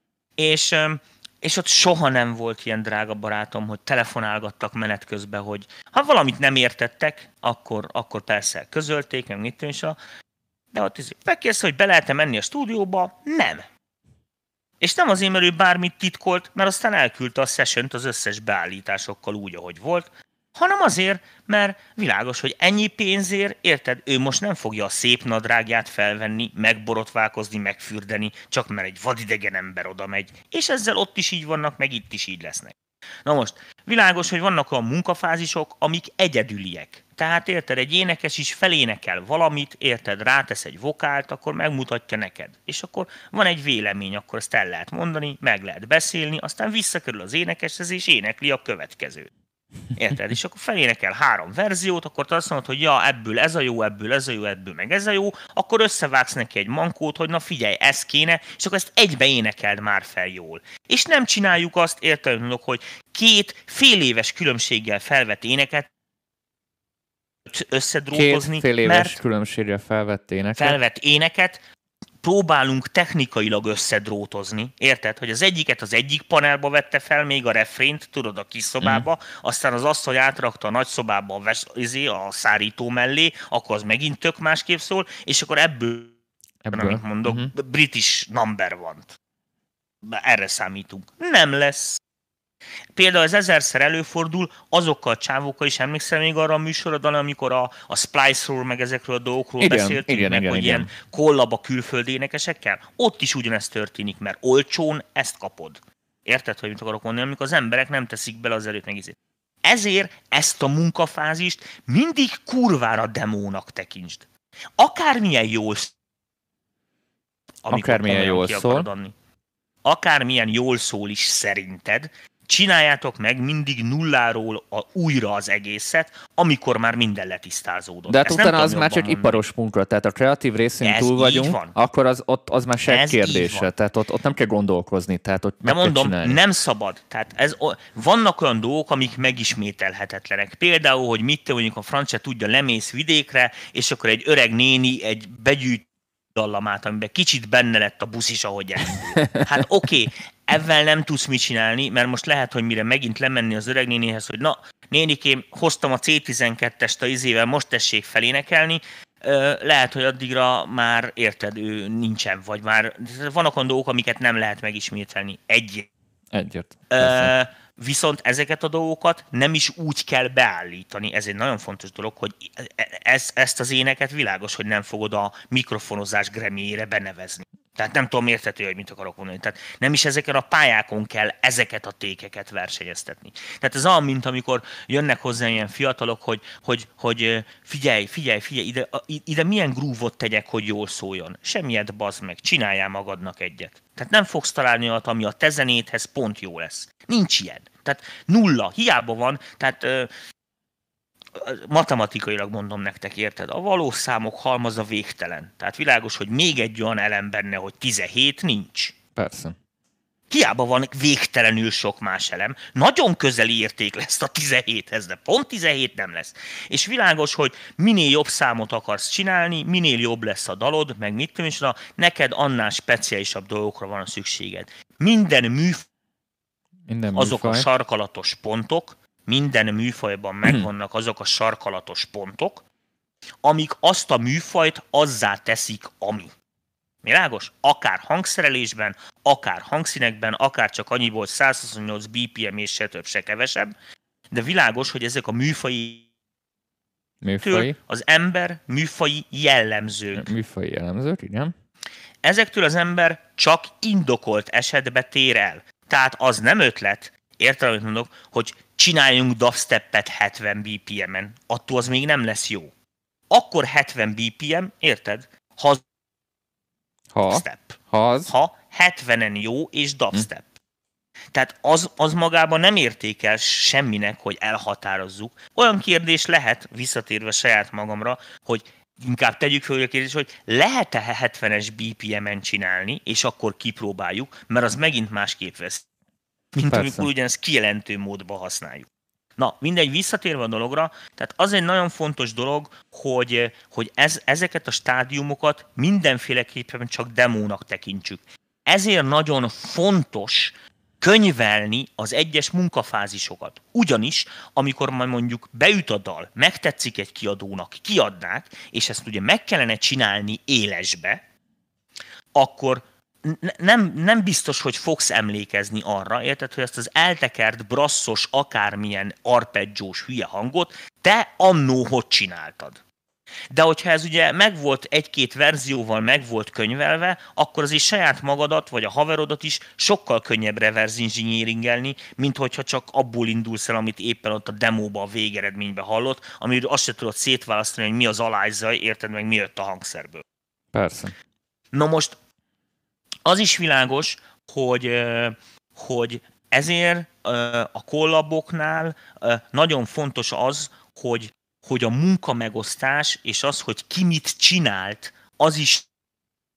És ott soha nem volt ilyen drága barátom, hogy telefonálgattak menet közben, hogy ha valamit nem értettek, akkor persze közölték, meg mit is, de ott megkérdez, hogy be lehet-e menni a stúdióba? Nem. És nem azért, mert ő bármit titkolt, mert aztán elküldte a sessiont az összes beállításokkal úgy, ahogy volt, hanem azért, mert világos, hogy ennyi pénzért, érted, ő most nem fogja a szép nadrágját felvenni, megborotválkozni, megfürdeni, csak mert egy vadidegen ember oda megy. És ezzel ott is így vannak, meg itt is így lesznek. Na most, világos, hogy vannak olyan munkafázisok, amik egyedüliek. Tehát érted, egy énekes is felénekel valamit, érted, rátesz egy vokált, akkor megmutatja neked. És akkor van egy vélemény, akkor ezt el lehet mondani, meg lehet beszélni, aztán visszakerül az énekeshez, és énekli a következőt. Érted? És akkor felénekel 3 verziót, akkor te azt mondod, hogy ja, ebből ez a jó, ebből ez a jó, ebből meg ez a jó, akkor összevágsz neki egy mankót, hogy na figyelj, ez kéne, és akkor ezt egybe énekeld már fel jól. És nem csináljuk azt, érted, hogy 2 fél éves különbséggel felvett éneket összedrótozni, fél éves mert különbségre felvett éneket próbálunk technikailag összedrótozni, érted? Hogy az egyiket az egyik panelba vette fel, még a refrént, tudod, a kis szobába, aztán az asszony átrakta a nagy szobába a szárító mellé, akkor az megint tök másképp szól, és akkor ebből amit mondok, British number one. Erre számítunk. Nem lesz. Például ez ezerszer előfordul, azokkal a csávókkal is, emlékszel még arra a műsorodon, amikor a Splice-ról, meg ezekről a dolgokról beszéltünk, hogy ilyen kollab a külföldi énekesekkel? Ott is ugyanezt történik, mert olcsón ezt kapod. Érted, hogy mit akarok mondani, amikor az emberek nem teszik bele az erőt meg izét. Ezért ezt a munkafázist mindig kurvára demónak tekintsd. Akármilyen jól akármilyen jól szól is szerinted, csináljátok meg mindig nulláról újra az egészet, amikor már minden letisztázódott. De hát utána az már csak iparos munka, tehát a kreatív részén túl vagyunk, akkor az már se kérdése, tehát ott nem kell gondolkozni, tehát ott meg kell csinálni. Nem szabad. Tehát vannak olyan dolgok, amik megismételhetetlenek. Például, hogy mit mondjuk a francia tudja, lemész vidékre, és akkor egy öreg néni egy begyűjt dallamát, amiben kicsit benne lett a busz is, ahogy elindul. Hát oké, ezzel nem tudsz mit csinálni, mert most lehet, hogy mire megint lemenni az öreg nénihez, hogy na, nénikém, hoztam a C12-est a izével, most tessék felénekelni, lehet, hogy addigra már érted, ő nincsen, vagy már vannak olyan dolgok, amiket nem lehet megismételni. Egyért. Viszont ezeket a dolgokat nem is úgy kell beállítani. Ez egy nagyon fontos dolog, hogy ezt az éneket világos, hogy nem fogod a mikrofonozás gremiére benevezni. Tehát nem tudom, érthető, hogy mit akarok mondani. Tehát nem is ezeken a pályákon kell ezeket a tékeket versenyeztetni. Tehát ez olyan, mint amikor jönnek hozzá ilyen fiatalok, hogy figyelj, ide milyen groove-ot tegyek, hogy jól szóljon. Semmiet, bazd meg, csináljál magadnak egyet. Tehát nem fogsz találni olyat, ami a te zenédhez pont jó lesz. Nincs ilyen. Tehát nulla, hiába van, tehát matematikailag mondom nektek, érted? A valós számok halmaza végtelen. Tehát világos, hogy még egy olyan elem benne, hogy 17 nincs. Persze. Hiába van végtelenül sok más elem. Nagyon közeli érték lesz a 17-hez, de pont 17 nem lesz. És világos, hogy minél jobb számot akarsz csinálni, minél jobb lesz a dalod, meg mit tudom is, neked annál speciálisabb dolgokra van szükséged. Minden műfaj, azok a sarkalatos pontok, minden műfajban megvannak azok a sarkalatos pontok, amik azt a műfajt azzá teszik, ami. Világos? Akár hangszerelésben, akár hangszínekben, akár csak annyiból 128 BPM és se több, se kevesebb, de világos, hogy ezek a műfaji az ember műfaji jellemzők. Műfaji jellemzők, igen. Ezektől az ember csak indokolt esetbe tér el. Tehát az nem ötlet, érted, amit mondok, hogy csináljunk dubstepet 70 BPM-en, attól az még nem lesz jó. Akkor 70 BPM, érted? Ha 70-en jó és dubstep. Tehát az magában nem értékel semminek, hogy elhatározzuk. Olyan kérdés lehet, visszatérve saját magamra, hogy inkább tegyük fel a kérdést, hogy lehet-e 70-es BPM-en csinálni, és akkor kipróbáljuk, mert az megint másképp vesz. Mint persze. Amikor ugyanezt kijelentő módba használjuk. Na, mindegy, visszatérve a dologra, tehát az egy nagyon fontos dolog, hogy ezeket a stádiumokat mindenféleképpen csak demónak tekintsük. Ezért nagyon fontos könyvelni az egyes munkafázisokat. Ugyanis, amikor majd mondjuk beüt a dal, megtetszik egy kiadónak, kiadnák, és ezt ugye meg kellene csinálni élesbe, akkor nem biztos, hogy fogsz emlékezni arra, érted, hogy ezt az eltekert, brasszos, akármilyen arpeggiós hülye hangot te annó hogy csináltad. De hogyha ez ugye megvolt egy-két verzióval megvolt könyvelve, akkor azért saját magadat, vagy a haverodat is sokkal könnyebb reverse engineeringelni, mint hogyha csak abból indulsz el, amit éppen ott a demóba, a végeredményben hallott, amiről azt se tudod szétválasztani, hogy mi az alájzaj, érted, meg mi jött a hangszerből. Persze. Na most az is világos, hogy ezért a kollaboknál nagyon fontos az, hogy a munkamegosztás és az, hogy ki mit csinált, az is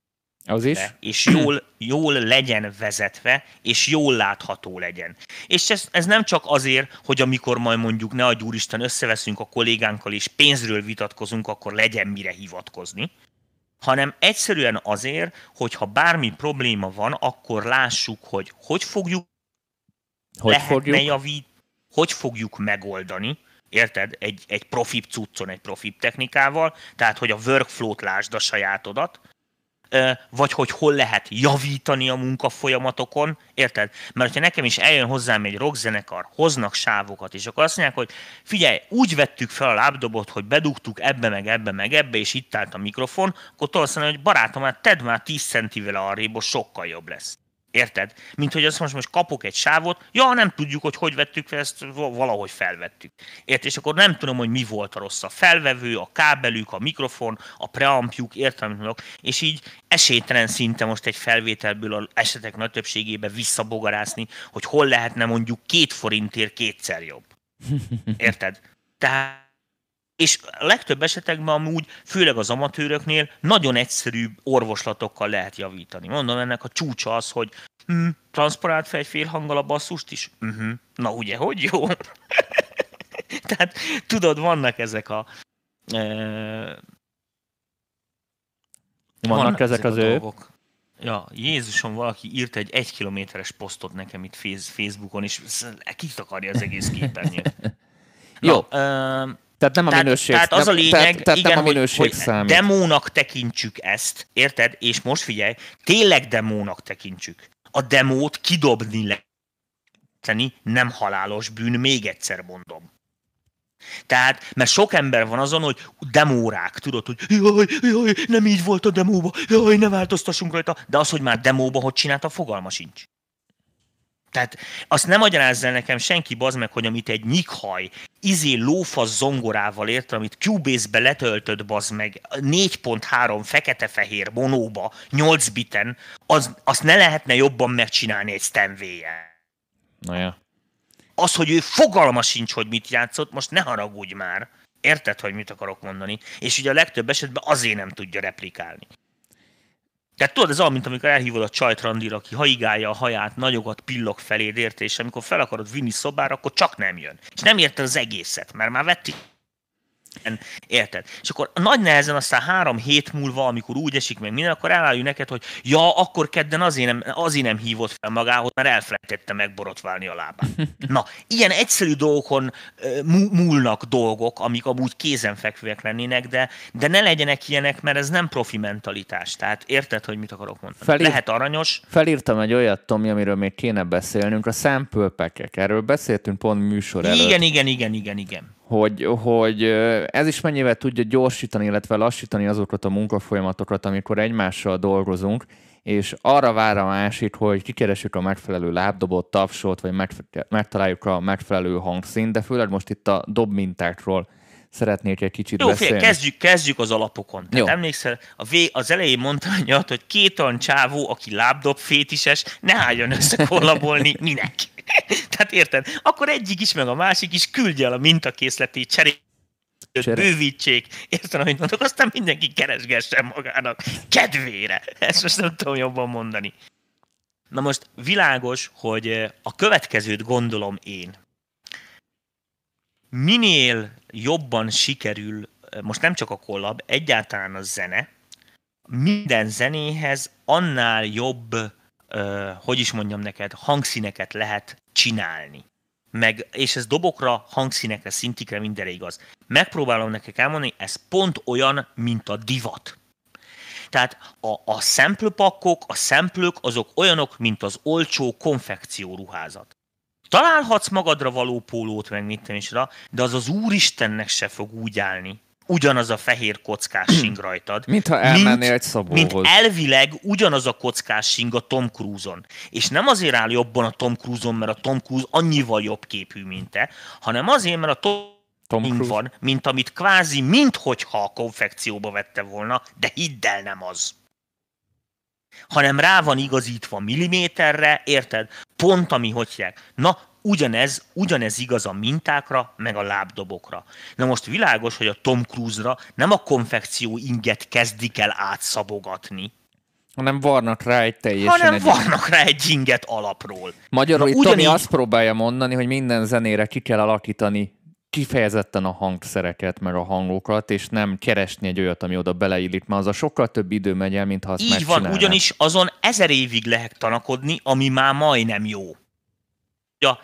Az is. És jól legyen vezetve, és jól látható legyen. És ez nem csak azért, hogy amikor majd mondjuk, ne adj úristen, összeveszünk a kollégánkkal, és pénzről vitatkozunk, akkor legyen mire hivatkozni, hanem egyszerűen azért, hogyha bármi probléma van, akkor lássuk, hogy fogjuk javítani, hogy fogjuk megoldani, érted? Egy profibb cuccon, egy profibb technikával, tehát hogy a workflow-t lásd a sajátodat, vagy hogy hol lehet javítani a munkafolyamatokon, érted? Mert ha nekem is eljön hozzám egy rockzenekar, hoznak sávokat, és akkor azt mondják, hogy figyelj, úgy vettük fel a lábdobot, hogy bedugtuk ebbe, meg ebbe, és itt állt a mikrofon, akkor tudod azt mondani, hogy barátom, hát tedd már 10 centivel arrébb, sokkal jobb lesz. Érted? Mint hogy azt most kapok egy sávot, nem tudjuk, hogy vettük fel, ezt valahogy felvettük. Érted? És akkor nem tudom, hogy mi volt a rossz. A felvevő, a kábelük, a mikrofon, a preampjuk, értem, amit mondok, és így esélytelen szinte most egy felvételből az esetek nagy többségébe visszabogarászni, hogy hol lehetne mondjuk 2 forintért kétszer jobb. Érted? Tehát és a legtöbb esetekben amúgy, főleg az amatőröknél nagyon egyszerű orvoslatokkal lehet javítani. Mondom, ennek a csúcsa az, hogy transzponált fel egy félhanggal a basszust is? Na ugye, hogy jó? Tehát tudod, vannak ezek a... vannak ezek az dolgok. Ja, Jézusom, valaki írt egy 1 kilométeres posztot nekem itt Facebookon, és kit akarja az egész képernyőt. Jó. Tehát nem a minőség. Tehát az a lényeg, tehát igen, nem a minőség hogy számít. demónak tekintsük ezt, érted? És most figyelj, tényleg demónak tekintsük. A demót kidobni nem halálos bűn, még egyszer mondom. Tehát, mert sok ember van azon, hogy demórák, tudod, hogy jaj, nem így volt a demóba, jaj, ne változtassunk rajta, de az, hogy már demóba hogy csinálta, fogalma sincs. Tehát azt nem magyarázza nekem senki, bazd meg, hogy amit egy nyikhaj, lófasz zongorával ért, amit Cubase-be letöltött, bazd meg, 4.3 fekete-fehér monóba, 8 biten, azt ne lehetne jobban megcsinálni egy Stanway-jel. Na ja. Az, hogy ő fogalma sincs, hogy mit játszott, most ne haragudj már. Érted, hogy mit akarok mondani? És ugye a legtöbb esetben azért nem tudja replikálni. Tehát tudod, ez olyan, mint amikor elhívod a csajt randira, aki haigálja a haját, nagyokat pillog feléd, érte, és amikor fel akarod vinni szobára, akkor csak nem jön. És nem érted az egészet, mert már vetti. Érted? És akkor nagy nehezen aztán 3 hét múlva, amikor úgy esik meg minden, akkor elálljuk neked, hogy akkor kedden azért nem hívott fel magához, mert elfelejtette megborotválni a lábát. Na, ilyen egyszerű dolgokon múlnak dolgok, amik amúgy kézenfekvőek lennének, de ne legyenek ilyenek, mert ez nem profi mentalitás. Tehát érted, hogy mit akarok mondani? Lehet aranyos. Felírtam egy olyat, Tomi, amiről még kéne beszélnünk, a sample pack-ek. Erről beszéltünk pont műsor előtt. Igen. Hogy ez is mennyivel tudja gyorsítani, illetve lassítani azokat a munkafolyamatokat, amikor egymással dolgozunk, és arra vár a másik, hogy kikeresjük a megfelelő lábdobot, tapsot, vagy megtaláljuk a megfelelő hangszínt, de főleg most itt a dobmintákról szeretnék egy kicsit beszélni. Jó, kezdjük az alapokon. Tehát emlékszel, az elején mondtam, hogy 2 olyan csávó, aki lábdob fétises, ne álljon összekollabolni, minek? Tehát érted? Akkor egyik is, meg a másik is küldje el a mintakészletét, bővítsék, érted, amit mondok, aztán mindenki keresgessen magának kedvére. Ezt most nem tudom jobban mondani. Na most világos, hogy a következőt gondolom én. Minél jobban sikerül, most nem csak a collab, egyáltalán a zene, minden zenéhez annál jobb, hogy is mondjam neked, hangszíneket lehet csinálni. És ez dobokra, hangszínekre, szintikre, mindenre igaz. Megpróbálom nektek elmondani, ez pont olyan, mint a divat. Tehát a sample pakkok, a samplök, azok olyanok, mint az olcsó konfekcióruházat. Találhatsz magadra való pólót, meg mit is rá, de az Úristennek se fog úgy állni. Ugyanaz a fehér kockás sing rajtad. Mintha elmennél egy Szabóhoz. Mint elvileg ugyanaz a kockás sing a Tom Cruise-on. És nem azért áll jobban a Tom Cruise-on, mert a Tom Cruise annyival jobb képű, mint te, hanem azért, mert a Tom van, mint amit kvázi, minthogyha a konfekcióba vette volna, de hidd el, nem az. Hanem rá van igazítva milliméterre, érted? Pont ami hogyják. Na, ugyanez igaz a mintákra, meg a lábdobokra. Na most világos, hogy a Tom Cruise-ra nem a konfekció inget kezdik el átszabogatni, hanem varnak rá egy teljesen varnak rá egy dzsinget alapról. Magyarul itt Tony azt próbálja mondani, hogy minden zenére ki kell alakítani kifejezetten a hangszereket, meg a hangokat, és nem keresni egy olyat, ami oda beleillik, mert az a sokkal több idő megy el, mint ha azt megcsinálnád. Így van, ugyanis azon 1000 évig lehet tanakodni, ami már majdnem jó. A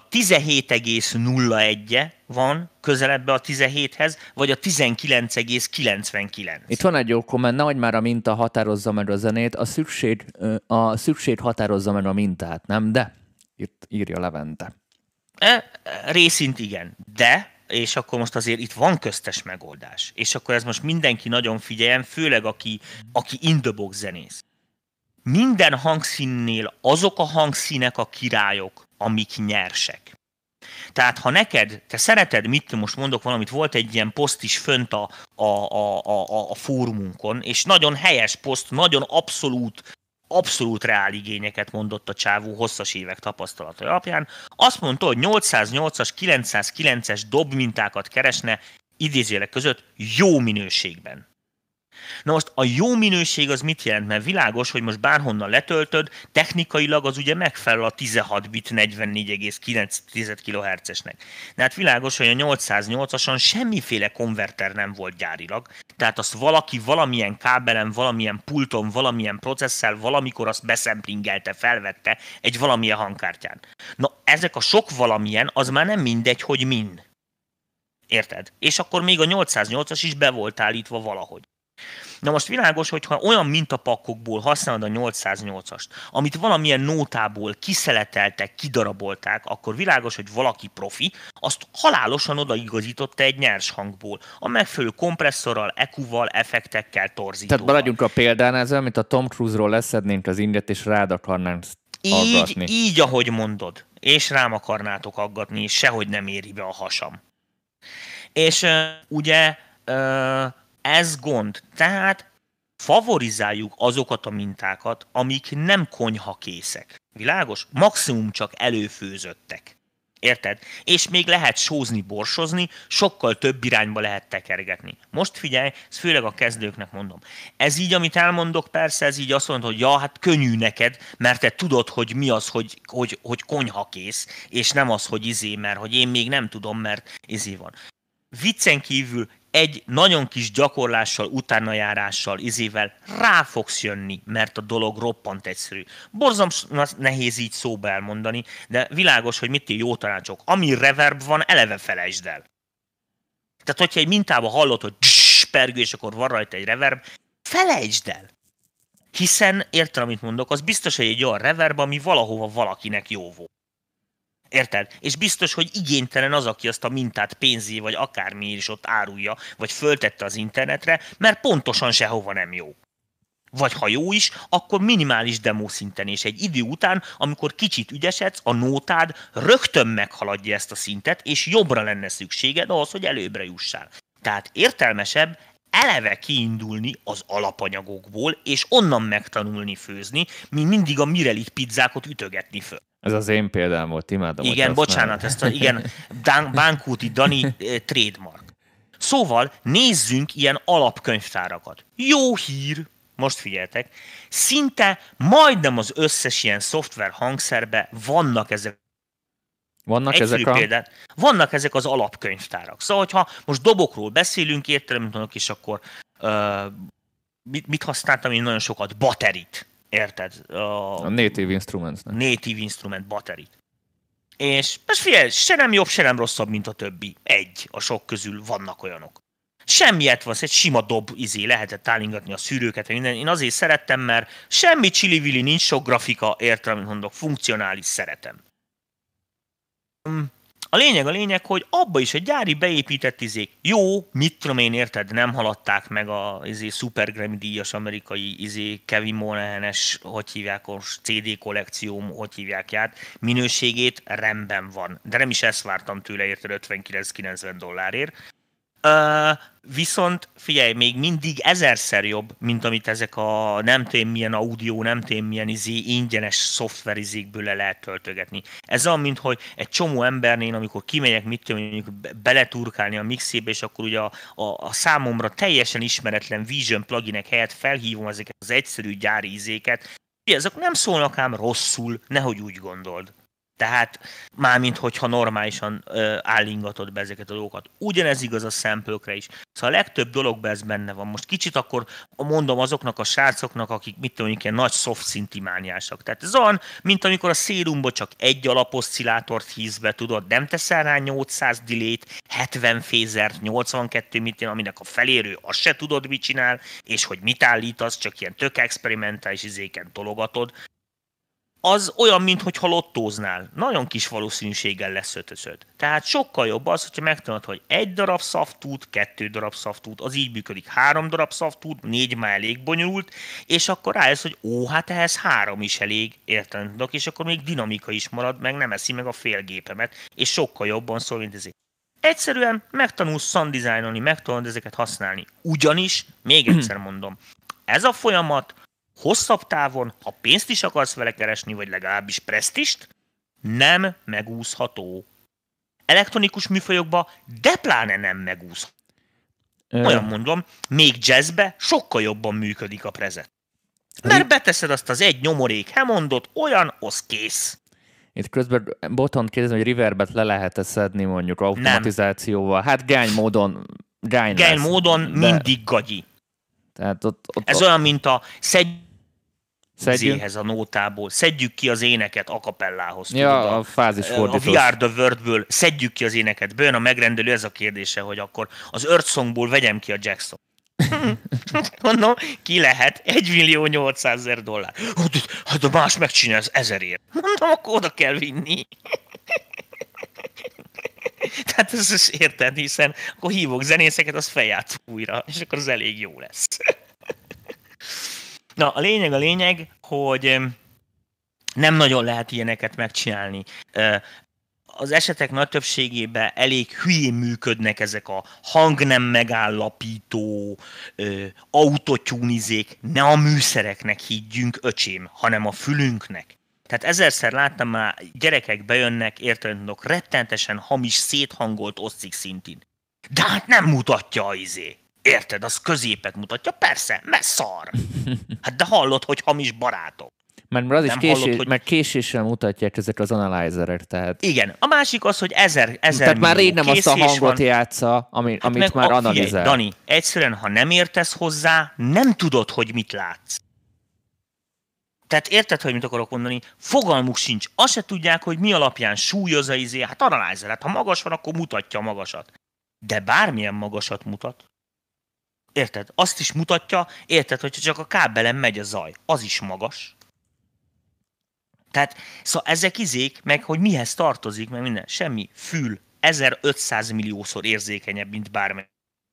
17,01 van közelebb a 17-hez, vagy a 19,99. Itt van egy jó komment, nehogy már a minta határozza meg a zenét, a szükség határozza meg a mintát, nem? De itt írja Levente. Részint igen, de, és akkor most azért itt van köztes megoldás, és akkor ez most mindenki nagyon figyeljen, főleg aki in the box zenész. Minden hangszínnél azok a hangszínek a királyok, amik nyersek. Tehát ha neked, te szereted, most mondok valamit, volt egy ilyen poszt is fönt a fórumunkon, és nagyon helyes poszt, nagyon abszolút reál igényeket mondott a csávó hosszas évek tapasztalata alapján. Azt mondta, hogy 808-as, 909-es dobmintákat keresne idézőjelek között jó minőségben. Na most a jó minőség az mit jelent? Mert világos, hogy most bárhonnan letöltöd, technikailag az ugye megfelel a 16 bit 44,9 kHz-esnek. De hát világos, hogy a 808-ason semmiféle konverter nem volt gyárilag, tehát azt valaki valamilyen kábelen, valamilyen pulton, valamilyen processzál valamikor azt beszemplingelte, felvette egy valamilyen hangkártyán. Na ezek a sok valamilyen, az már nem mindegy, hogy min. Érted? És akkor még a 808-as is be volt állítva valahogy. Na most világos, hogy ha olyan mintapakkokból használod a 808-ast, amit valamilyen nótából kiszeleteltek, kidarabolták, akkor világos, hogy valaki profi, azt halálosan odaigazította egy nyers hangból, a megfelelő kompresszorral, EQ-val, effektekkel, torzítóval. Tehát maradjunk a példánál, mint a Tom Cruise-ról leszednénk az inget, és rád akarnánk aggatni. Így, ahogy mondod, és rám akarnátok aggatni, és sehogy nem éri be a hasam. És ugye... ez gond. Tehát favorizáljuk azokat a mintákat, amik nem konyhakészek. Világos? Maximum csak előfőzöttek. Érted? És még lehet sózni, borsozni, sokkal több irányba lehet tekergetni. Most figyelj, ezt főleg a kezdőknek mondom. Ez így, amit elmondok, persze, ez így azt mondod, hogy ja, hát könnyű neked, mert te tudod, hogy mi az, hogy konyhakész, és nem az, hogy mert hogy én még nem tudom, mert van. Viccen kívül egy nagyon kis gyakorlással, utánajárással, rá fogsz jönni, mert a dolog roppant egyszerű. Borzalmas nehéz így szóba elmondani, de világos, hogy mit jó tanácsok. Ami reverb van, eleve felejtsd el. Tehát, hogyha egy mintában hallod, hogy pergő, és akkor van rajta egy reverb, felejtsd el. Hiszen, érted, amit mondok, az biztos, hogy egy olyan reverb, ami valahova valakinek jó volt. Érted? És biztos, hogy igénytelen az, aki azt a mintát pénzé, vagy akármiért is ott árulja, vagy föltette az internetre, mert pontosan sehova nem jó. Vagy ha jó is, akkor minimális demo szinten, és egy idő után, amikor kicsit ügyesedsz, a nótád rögtön meghaladja ezt a szintet, és jobbra lenne szükséged ahhoz, hogy előbbre jussál. Tehát értelmesebb eleve kiindulni az alapanyagokból, és onnan megtanulni főzni, mint mindig a Mirelit pizzákot ütögetni föl. Ez az én példám volt, imádom. Igen, bocsánat, Bánkúti Dani trademark. Szóval nézzünk ilyen alapkönyvtárakat. Jó hír, most figyeltek, szinte majdnem az összes ilyen szoftver hangszerbe vannak ezek. Vannak ezek az alapkönyvtárak. Szóval, ha most dobokról beszélünk, értelemben és akkor mit használtam én nagyon sokat? Baterit. Érted? A Native Instruments. Native Instrument baterit. És most figyelj, se nem jobb, se nem rosszabb, mint a többi. A sok közül vannak olyanok. Semmiet van, egy sima dob, lehetett állingatni a szűrőket, minden. Én azért szerettem, mert semmi csili-vili, nincs sok grafika, értem, amit mondok, funkcionális, szeretem. A lényeg, hogy abba is egy gyári beépített jó, mit tudom én, érted, nem haladták meg a Super Grammy díjas amerikai Kevin Monahan-es, hogy hívják, CD kollekció, hogy hívják ját, minőségét rendben van. De nem is ezt vártam tőle, érted, $59-90. Viszont figyelj, még mindig 1000-szer jobb, mint amit ezek a nem tudom milyen audio, nem tudom milyen ingyenes szoftverizékből le lehet töltögetni. Ez olyan, mint hogy egy csomó embernél, amikor kimegyek, mit tudom, mondjuk beleturkálni a mixébe, és akkor ugye a számomra teljesen ismeretlen Vision pluginek helyett felhívom ezeket az egyszerű gyári izéket. Ezek nem szólnak ám rosszul, nehogy úgy gondold. Tehát mármint, hogyha normálisan állingatod be ezeket a dolgokat. Ugyanez igaz a sample-ökre is. Szóval a legtöbb dologban ez benne van. Most kicsit akkor mondom azoknak a srácoknak, akik mit tudom, ilyen nagy soft szintimániásak. Tehát ez olyan, mint amikor a szélumba csak egy alaposzcillátort híz be, tudod, nem teszel rá 800 delay-t, 70 fézert, 82 mit, aminek a felérő, azt se tudod, mit csinál, és hogy mit állítasz, csak ilyen tök experimentális izéken tologatod. Az olyan, mintha lottóznál. Nagyon kis valószínűséggel lesz ötöszöd. Tehát sokkal jobb az, hogyha megtanulod, hogy 1 darab szaftút, 2 darab szaftút, az így működik, 3 darab szaftút, 4 már elég bonyolult, és akkor rájössz, hogy hát ehhez 3 is elég, érted? És akkor még dinamika is marad, meg nem eszi meg a félgépemet, és sokkal jobban szól, mint ezért. Egyszerűen megtanulsz sound designolni, megtanulod ezeket használni. Ugyanis, még egyszer mondom, ez a folyamat hosszabb távon, ha pénzt is akarsz vele keresni, vagy legalábbis presztist, nem megúszható. Elektronikus műfajokban de pláne nem megúszható. Olyan mondom, még jazzbe sokkal jobban működik a prezet. Mert beteszed azt az egy nyomorék Hammondot, olyan, az kész. Itt közben Botont kérdezem, hogy reverbet le lehet-e szedni mondjuk automatizációval. Nem. Hát gány módon mindig gagyi. Tehát ott ez olyan, mint a szedjéhez a nótából. Szedjük ki az éneket a kapellához. Ja, a fázisfordítós. A We Are the Worldből szedjük ki az éneket. Bőn a megrendelő, ez a kérdése, hogy akkor az Earth Songból vegyem ki a Jackson. Mondom, ki lehet? $1.800.000. Hát a más megcsinálsz 1000-ért. Mondom, akkor oda kell vinni. Tehát ez is érted, hiszen akkor hívok zenészeket, az feljátszok újra, és akkor az elég jó lesz. Na, a lényeg, hogy nem nagyon lehet ilyeneket megcsinálni. Az esetek nagy többségében elég hülyén működnek ezek a hangnem megállapító autotunizék. Ne a műszereknek higgyünk, öcsém, hanem a fülünknek. Tehát 1000-szer láttam már, gyerekek bejönnek, értelemnek, rettentesen hamis, széthangolt oszcik szintén. De hát nem mutatja a izé. Érted, az középet mutatja? Persze, mert szar. Hát de hallod, hogy hamis barátok. Mert az is mert késéssel mutatják ezek az analyzerek, tehát... Igen, a másik az, hogy 1000 tehát már rég nem azt a hangot játsza, amit már analizál. Figyelj, Dani, egyszerűen, ha nem értesz hozzá, nem tudod, hogy mit látsz. Tehát érted, hogy mit akarok mondani? Fogalmuk sincs. Azt se tudják, hogy mi alapján súlyoz a izé. Hát analyzer, hát ha magas van, akkor mutatja a magasat. De bármilyen magasat mutat. Érted? Azt is mutatja, érted, hogyha csak a kábelen megy a zaj. Az is magas. Tehát, szóval ezek izék, meg hogy mihez tartozik, meg minden. Semmi. Fül 1500 milliószor érzékenyebb, mint bármely.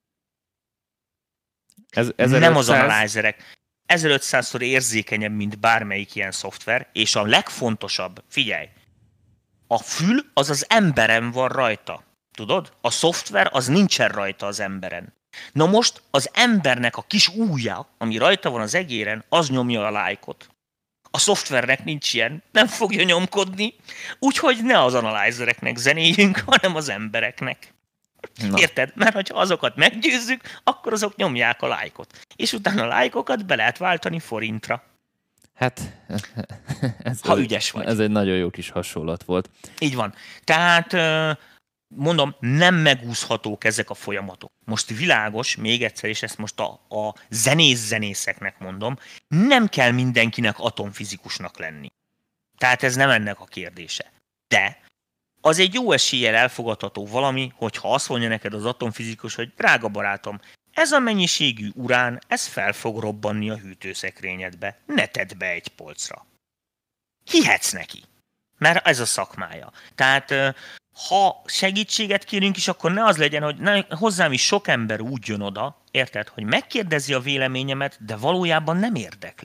Nem az analyzerek. 1500-szor érzékenyebb, mint bármelyik ilyen szoftver, és a legfontosabb, figyelj, a fül az az emberen van rajta, tudod? A szoftver az nincsen rajta az emberen. Na most az embernek a kis ujja, ami rajta van az egéren, az nyomja a lájkot. A szoftvernek nincs ilyen, nem fogja nyomkodni, úgyhogy ne az analyzereknek zenéljünk, hanem az embereknek. Na. Érted? Mert ha azokat meggyőzzük, akkor azok nyomják a lájkot. És utána a lájkokat be lehet váltani forintra. Hát, ha ügyes vagy. Ez egy nagyon jó kis hasonlat volt. Így van. Tehát, mondom, nem megúszhatók ezek a folyamatok. Most világos, még egyszer, és ezt most a zenészeknek mondom, nem kell mindenkinek atomfizikusnak lenni. Tehát ez nem ennek a kérdése. De az egy jó eséllyel elfogadható valami, hogyha azt mondja neked az atomfizikus, hogy drága barátom, ez a mennyiségű urán, ez fel fog robbanni a hűtőszekrényedbe, ne tedd be egy polcra. Hihetsz neki, mert ez a szakmája. Tehát ha segítséget kérünk is, akkor ne az legyen, hogy hozzám is sok ember úgy jön oda, érted, hogy megkérdezi a véleményemet, de valójában nem érdekli.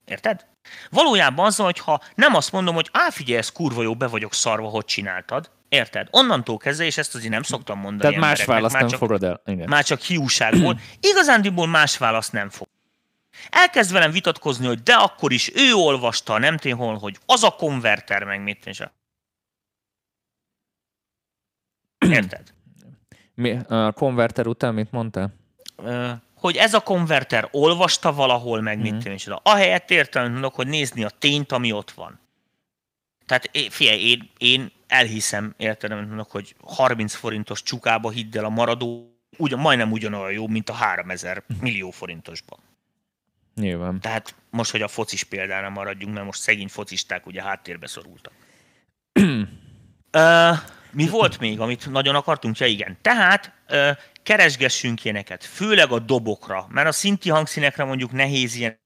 Érted? Valójában az, hogyha nem azt mondom, hogy figyelj, ez kurva jó, be vagyok szarva, hogy csináltad. Érted? Onnantól kezdve, és ezt azért nem szoktam mondani Tehát más embereknek, választ nem fogod el. Igen. már csak hiúságból. Igazándiból más választ nem fog. Elkezd velem vitatkozni, hogy de akkor is ő olvasta, nem tudom hol, hogy az a konverter, meg mit és érted? A konverter után mit mondtál? Hogy ez a konverter olvasta valahol, meg mit tudom és ahelyett értelmet mondok, hogy nézni a tényt, ami ott van. Tehát figyelj, én elhiszem, értelmet mondok, hogy 30 forintos csukába hidd el a maradó, majdnem ugyanolyan jó, mint a 3000 millió forintosba. Nyilván. Tehát most, hogy a focis példára maradjunk, mert most szegény focisták ugye háttérbe szorultak. Mi volt még, amit nagyon akartunk? Ja igen. Tehát keresgessünk ilyeneket, főleg a dobokra, mert a szinti hangszínekre mondjuk nehéz ilyen.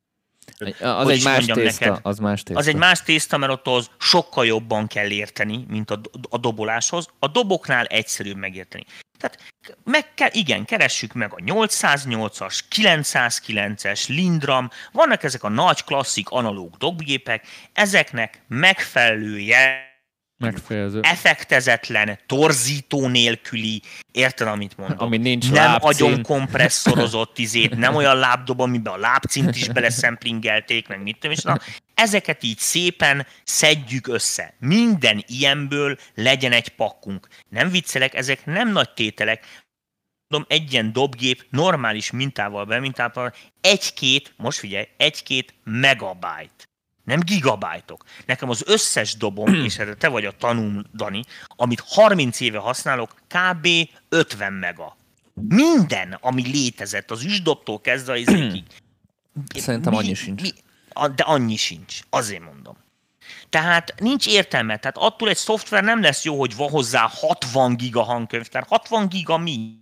Az egy más tészta, az más tészta. Az egy más tészta, mert ott az sokkal jobban kell érteni, mint a doboláshoz. A doboknál egyszerűbb megérteni. Tehát keressük meg a 808-as, 909-es, Lindram, vannak ezek a nagy klasszik analóg dobgépek, ezeknek megfelelő effektezetlen, torzító nélküli, érted, amit mondok? Ami nincs nem lábcín. agyon kompresszorozott nem olyan lábdob, amiben a lábcint is beleszemplingelték, meg mit tudom, és ezeket így szépen szedjük össze. Minden ilyenből legyen egy pakkunk. Nem viccelek, ezek nem nagy tételek. Egy ilyen dobgép normális mintával, most figyelj, 1-2 megabyte. Nem gigabájtok. Nekem az összes dobom, és erre te vagy a tanúm, Dani, amit 30 éve használok, kb. 50 mega. Minden, ami létezett, az üsdobtól kezdve az izékig. Szerintem annyi sincs. De annyi sincs, azért mondom. Tehát nincs értelme. Tehát attól egy szoftver nem lesz jó, hogy van hozzá 60 giga hangkönyvtár. 60 giga mi?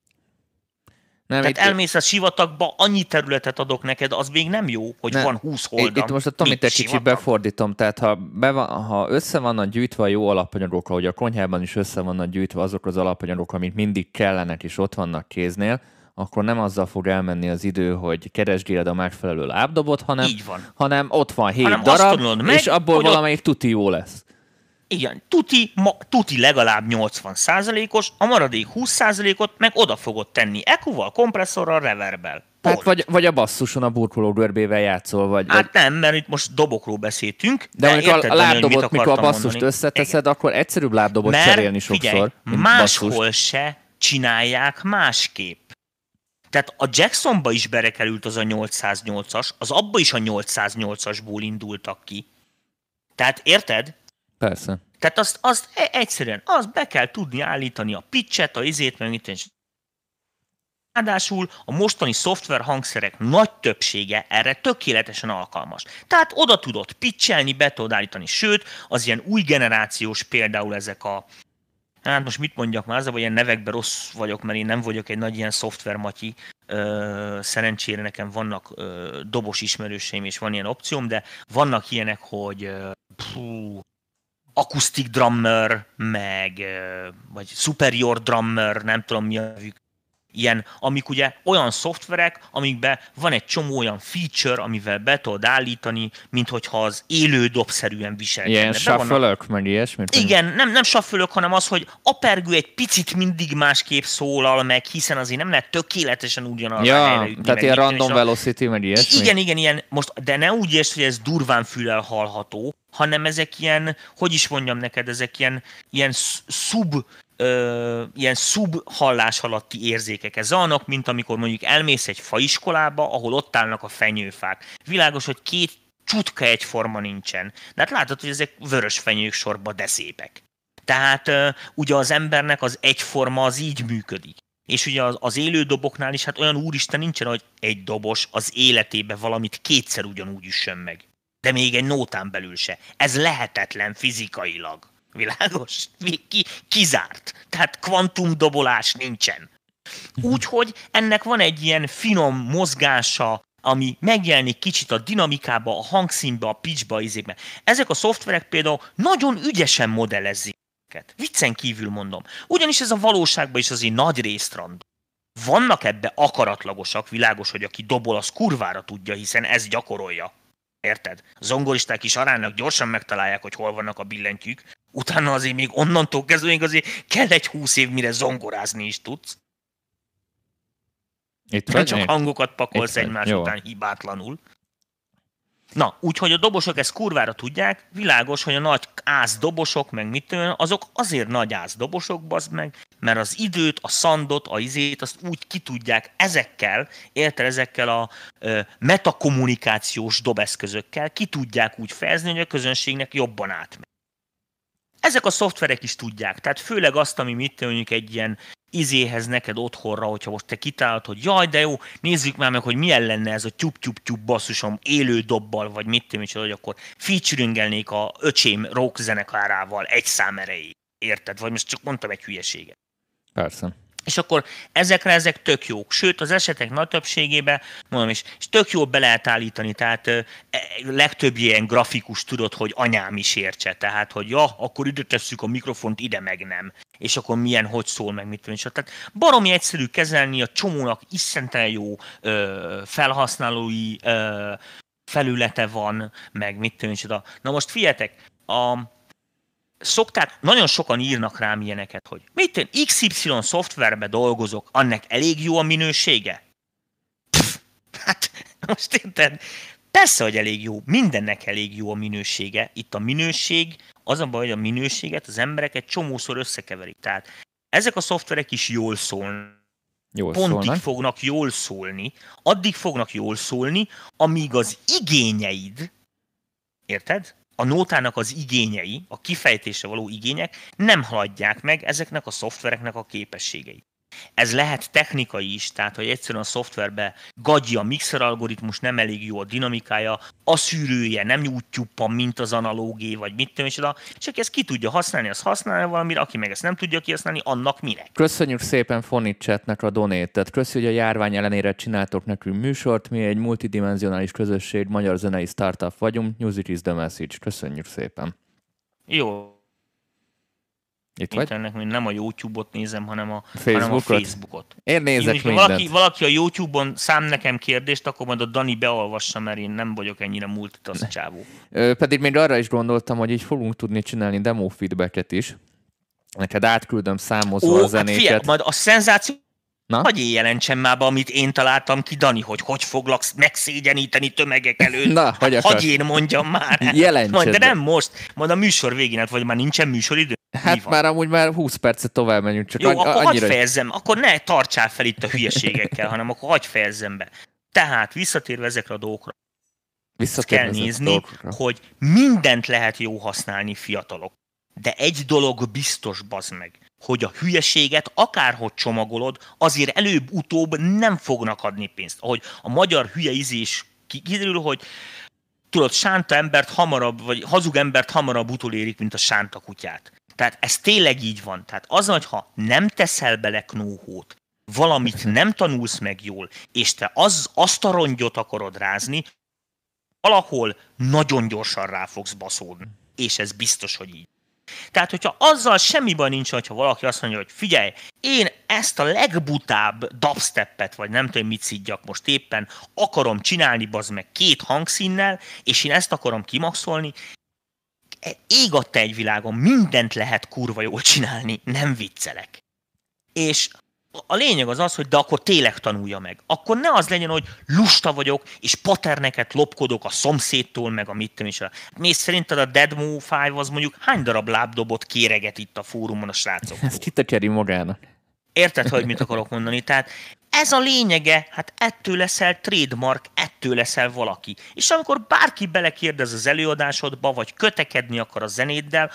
Nem, tehát elmész a sivatagba, annyi területet adok neked, az még nem jó, hogy van 20 oldal. Itt most a Tomit egy kicsit befordítom, tehát ha össze vannak gyűjtve a jó alapanyagok, ahogy a konyhában is össze vannak gyűjtve azok az alapanyagok, amik mindig kellenek és ott vannak kéznél, akkor nem azzal fog elmenni az idő, hogy keresgéled a megfelelő lábdobot, hanem ott van 7 darab, és abból valamelyik tuti jó lesz. Igen, tuti legalább 80%-os, a maradék 20%-ot meg oda fogod tenni EQ-val, kompresszorral, reverbel. Hát vagy a basszuson a burkológörbével játszol, Hát nem, mert itt most dobokról beszéltünk. De amikor a lábdobot, mikor a basszust összeteszed, akkor egyszerűbb lábdobot cserélni sokszor. Máshol se csinálják másképp. Tehát a Jacksonba is berekerült az a 808-as, az abba is a 808-asból indultak ki. Tehát érted? Persze. Tehát azt egyszerűen be kell tudni állítani a pitchet, a izét, meg mit. Ráadásul a mostani szoftver hangszerek nagy többsége erre tökéletesen alkalmas. Tehát oda tudod pitchelni, be tudod állítani, sőt, az ilyen új generációs például ezek a hát most mit mondjak már, azért, ilyen nevekben rossz vagyok, mert én nem vagyok egy nagy ilyen szoftvermatyi. Szerencsére nekem vannak dobos ismerőseim, és van ilyen opcióm, de vannak ilyenek, hogy Acoustic Drummer, vagy Superior Drummer, nem tudom mi a nevük. Ilyen, amik ugye olyan szoftverek, amikben van egy csomó olyan feature, amivel be tudod állítani, mint hogyha az élő dobszerűen viselkedne. Ilyen shuffle-ök, meg ilyesmit? Igen, nem shuffle-ök, hanem az, hogy apergő egy picit mindig másképp szólal meg, hiszen azért nem lehet tökéletesen ugyanarra helyre ütni. Tehát ilyen random velocity, meg ilyesmi? Igen, ilyen, most, de ne úgy értsd, hogy ez durván füllel hallható, hanem ezek ilyen, hogy is mondjam neked, ezek ilyen szub hallás alatti érzékek. Ez annak, mint amikor mondjuk elmész egy faiskolába, ahol ott állnak a fenyőfák. Világos, hogy két csutka egyforma nincsen. De hát látod, hogy ezek vörös fenyők sorba, de szépek. Tehát ugye az embernek az egyforma az így működik. És ugye az élő doboknál is hát olyan úristen nincsen, hogy egy dobos az életében valamit kétszer ugyanúgy üssön meg. De még egy nótán belül se. Ez lehetetlen fizikailag. Világos? Kizárt. Tehát kvantumdobolás nincsen. Úgyhogy ennek van egy ilyen finom mozgása, ami megjelenik kicsit a dinamikába, a hangszínbe, a pitchbe, izékbe. Ezek a szoftverek például nagyon ügyesen modellezik őket. Viccen kívül mondom. Ugyanis ez a valóságban is azért nagy részt random. Vannak ebbe akaratlagosak, világos, hogy aki dobol, az kurvára tudja, hiszen ez gyakorolja. Érted? A zongoristák is aránylag gyorsan megtalálják, hogy hol vannak a billentyűk. Utána azért még onnantól kezdve még azért kell egy 20 év, mire zongorázni is tudsz. Nem csak hangokat pakolsz egymás után hibátlanul. Na, úgyhogy a dobosok ezt kurvára tudják, világos, hogy a nagy ászdobosok, meg mit tudom, azok azért nagy ászdobosok, bazd meg, mert az időt, a szandot, a izét, azt úgy ki tudják ezekkel a metakommunikációs dobeszközökkel ki tudják úgy fejezni, hogy a közönségnek jobban átmegy. Ezek a szoftverek is tudják, tehát főleg azt, ami mit mondjuk egy ilyen izéhez neked otthonra, hogyha most te kitálod, hogy jaj, de jó, nézzük már meg, hogy milyen lenne ez a tyup-tyup-tyup basszusom élő dobbal, vagy mit tudom, hogy akkor featuringelnék a öcsém rock zenekárával egy szám erejéig. Érted? Vagy most csak mondtam egy hülyeséget. Persze. És akkor ezek tök jók. Sőt, az esetek nagy többségében, mondom is, és tök jól be lehet állítani, tehát legtöbb ilyen grafikus tudod, hogy anyám is értse, tehát, hogy ja, akkor ide tesszük a mikrofont, ide meg nem. És akkor milyen, hogy szól, meg mit tudom. Tehát baromi egyszerű kezelni, a csomónak iszonyatosan jó felhasználói felülete van, meg mit tudom. Na most figyeljetek, nagyon sokan írnak rám ilyeneket, hogy mit XY szoftverbe dolgozok, annak elég jó a minősége? Hát most érted? Persze, hogy elég jó, mindennek elég jó a minősége. Itt a minőség, az a baj, hogy a minőséget az emberek egy csomószor összekeverik. Tehát ezek a szoftverek is jól szólnak. Fognak jól szólni, addig fognak jól szólni, amíg az igényeid, érted? A nótának az igényei, a kifejtésre való igények nem haladják meg ezeknek a szoftvereknek a képességeit. Ez lehet technikai is, tehát hogy egyszerűen a szoftverbe gagyi a mixer algoritmus, nem elég jó a dinamikája, a szűrője nem úgy tyuppan, mint az analógé, vagy mit tudom, és aki ezt ki tudja használni, az használja valamire, aki meg ezt nem tudja kihasználni, annak minek. Köszönjük szépen Fonichatnek a donate-et. Köszönjük, hogy a járvány ellenére csináltok nekünk műsort. Mi egy multidimensionális közösség, magyar zenei startup vagyunk. Music is the message. Köszönjük szépen. Jó. Itt vagy? Ennek nem a YouTube-ot nézem, hanem a Facebookot. Én nézek mindent. Valaki a YouTube-on szám nekem kérdést, akkor majd a Dani beolvassa, mert én nem vagyok ennyire multitask csávó. Pedig még arra is gondoltam, hogy így fogunk tudni csinálni demo feedbacket is. Neked átküldöm számozva a zenéket. Hát majd a szenzáció, hogy jelentsen már be, amit én találtam ki, Dani, hogy foglak megszégyeníteni tömegek előtt. Na, hogy én mondjam már. Jelentsed. De nem most, majd a műsor végén, vagy már nincsen műsoridő. Hát már amúgy már 20 percet tovább menjünk. Csak jó, akkor hagyj fejezzem, akkor ne tartsál fel itt a hülyeségekkel, hanem akkor hagyj fejezzem be. Tehát visszatérve ezekre a dolgokra, kell nézni, hogy mindent lehet jó használni fiatalok. De egy dolog biztos, bazd meg, hogy a hülyeséget akárhogy csomagolod, azért előbb-utóbb nem fognak adni pénzt. Ahogy a magyar hülye ízés kiderül, hogy tudod, sánta embert hamarabb, vagy hazug embert hamarabb utolérik, mint a sánta kutyát. Tehát ez tényleg így van. Tehát az, hogyha nem teszel bele knóhót, valamit nem tanulsz meg jól, és te azt a rongyot akarod rázni, valahol nagyon gyorsan rá fogsz baszódni. És ez biztos, hogy így. Tehát, hogyha azzal semmi baj nincs, hogyha valaki azt mondja, hogy figyelj, én ezt a legbutább dubsteppet, vagy nem tudom, mit szidjak most éppen, akarom csinálni, bazd meg 2 hangszínnel, és én ezt akarom kimaxolni, ég adta egy világon, mindent lehet kurva jól csinálni, nem viccelek. És a lényeg az, hogy de akkor tényleg tanulja meg. Akkor ne az legyen, hogy lusta vagyok, és paterneket lopkodok a szomszédtól, meg a mit tudom is. Mész szerinted a Deadmo 5 az mondjuk hány darab lábdobot kéreget itt a fórumon a srácoktól? Ezt kitekeri magának. Érted, hogy mit akarok mondani? Tehát ez a lényege, hát ettől leszel trademark, ettől leszel valaki. És amikor bárki belekérdez az előadásodba, vagy kötekedni akar a zenéddel,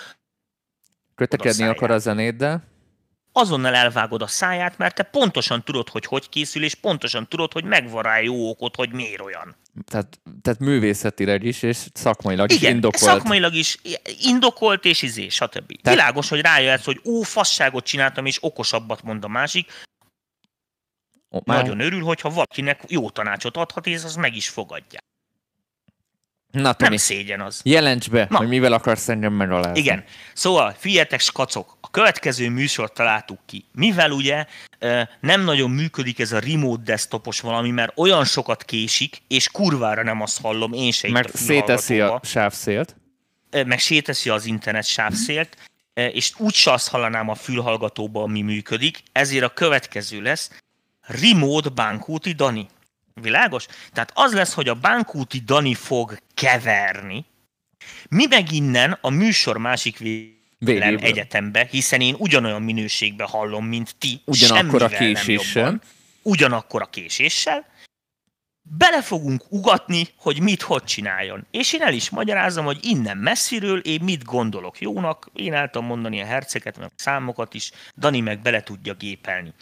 azonnal elvágod a száját, mert te pontosan tudod, hogy készül, és pontosan tudod, hogy megvan rá jó okot, hogy miért olyan. Tehát művészetileg is, és szakmailag is indokolt. Igen, szakmailag is indokolt, és stb. Világos, hogy rájöhetsz, hogy fasságot csináltam, és okosabbat mond a másik. Nagyon örül, hogyha valakinek jó tanácsot adhat, és az meg is fogadja. Na, Tomi, nem szégyen az. Jelents be, hogy mivel akarsz engem megalázni. Igen. Szóval, figyeljetek, skacok, a következő műsort találtuk ki. Mivel ugye nem nagyon működik ez a remote desktopos valami, mert olyan sokat késik, és kurvára nem azt hallom, én se itt mert széteszi a sávszélt. Meg széteszi az internet sávszélt, és úgyse azt hallanám a fülhallgatóba, ami működik, ezért a következő lesz Remote Bánkúti Dani. Világos? Tehát az lesz, hogy a Bánkúti Dani fog keverni, mi meg innen a műsor másik végén egyetembe, hiszen én ugyanolyan minőségben hallom, mint ti, ugyanakkor a késéssel. Ugyanakkor a késéssel, bele fogunk ugatni, hogy mit hogy csináljon. És én el is magyarázom, hogy innen messziről én mit gondolok jónak, én el tudom mondani a herceket, meg a számokat is, Dani meg bele tudja gépelni.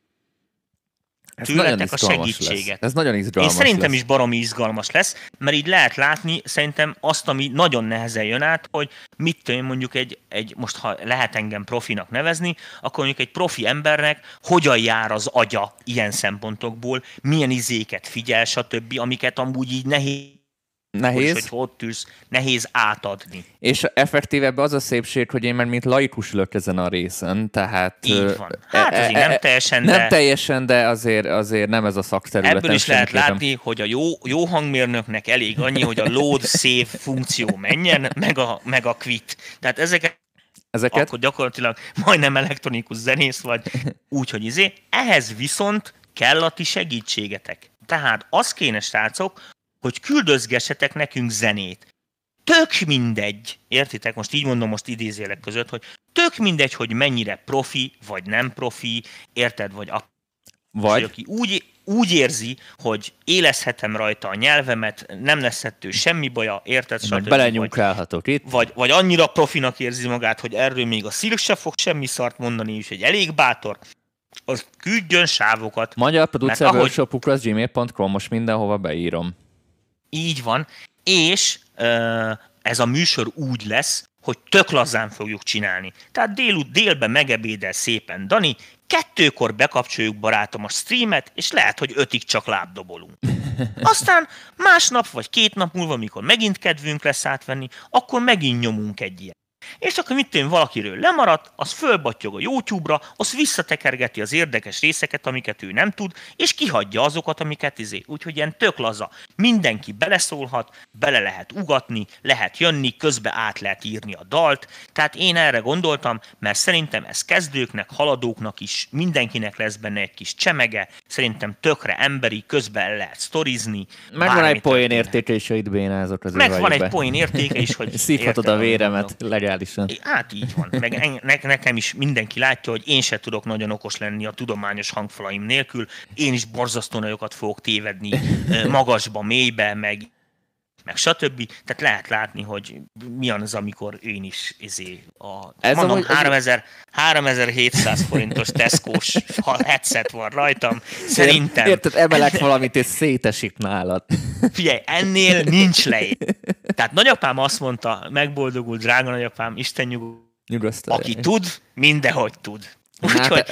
Tőletek a segítséget. Lesz. Ez nagyon izgalmas. Én szerintem lesz. is baromi izgalmas lesz, mert így lehet látni szerintem azt, ami nagyon nehezen jön át, hogy mit tudom mondjuk most ha lehet engem profinak nevezni, akkor mondjuk egy profi embernek hogyan jár az agya ilyen szempontokból, milyen izéket figyel, stb., amiket amúgy így nehéz, hogy ott ülsz, nehéz átadni. És effektívebb az a szépség, hogy én már mint laikus ülök ezen a részen, tehát... Így van. Hát azért nem teljesen, nem teljesen, de azért nem ez a szakterületen. Ebből is lehet látni, hogy a jó hangmérnöknek elég annyi, hogy a load save funkció menjen, meg a quit. Tehát ezeket akkor gyakorlatilag majdnem elektronikus zenész vagy, úgyhogy ehhez viszont kell a ti segítségetek. Tehát az kéne, srácok, hogy küldözgessetek nekünk zenét. Tök mindegy, értitek? Most így mondom, most idézélek között, hogy tök mindegy, hogy mennyire profi, vagy nem profi, érted? Vagy aki úgy érzi, hogy élezhetem rajta a nyelvemet, nem lesz ettől semmi baja, érted? Meg belenyúkálhatok itt. Vagy annyira profinak érzi magát, hogy erről még a Silk se fog semmi szart mondani, és egy elég bátor, az küldjön sávokat. Magyar Producer Workshop @gmail.com, most mindenhova beírom. Így van, és ez a műsor úgy lesz, hogy tök lazán fogjuk csinálni. Tehát délben megebédel szépen Dani, 2-kor bekapcsoljuk, barátom, a streamet, és lehet, hogy 5-ig csak lábdobolunk. Aztán másnap vagy 2 nap múlva, amikor megint kedvünk lesz átvenni, akkor megint nyomunk egy ilyen. És akkor mit tudom, valakiről lemaradt, az fölbattyog a YouTube-ra, az visszatekergeti az érdekes részeket, amiket ő nem tud, és kihagyja azokat, amiket úgyhogy ilyen tök laza. Mindenki beleszólhat, bele lehet ugatni, lehet jönni, közbe át lehet írni a dalt. Tehát én erre gondoltam, mert szerintem ez kezdőknek, haladóknak is, mindenkinek lesz benne egy kis csemege, szerintem tökre emberi, közben el lehet sztorizni. Megvan egy poén értéke is, hogy itt bénázok az Megvan egy poén értéke is, hogy szívhatod a véremet legálisan. Hát így van. Meg nekem is mindenki látja, hogy én se tudok nagyon okos lenni a tudományos hangfalaim nélkül. Én is borzasztó nagyokat fogok tévedni magasba, mélybe, meg stb. Tehát lehet látni, hogy milyen az, amikor én is mondom, 3700 forintos Tesco-s headset van rajtam. Szerintem... Érted, emelek valamit, és szétesik nálad. Figyelj, ennél nincs lejé. Tehát nagyapám azt mondta, megboldogult, drága nagyapám, Isten nyugosztalja. Aki tud, mindenhogy tud. Úgyhogy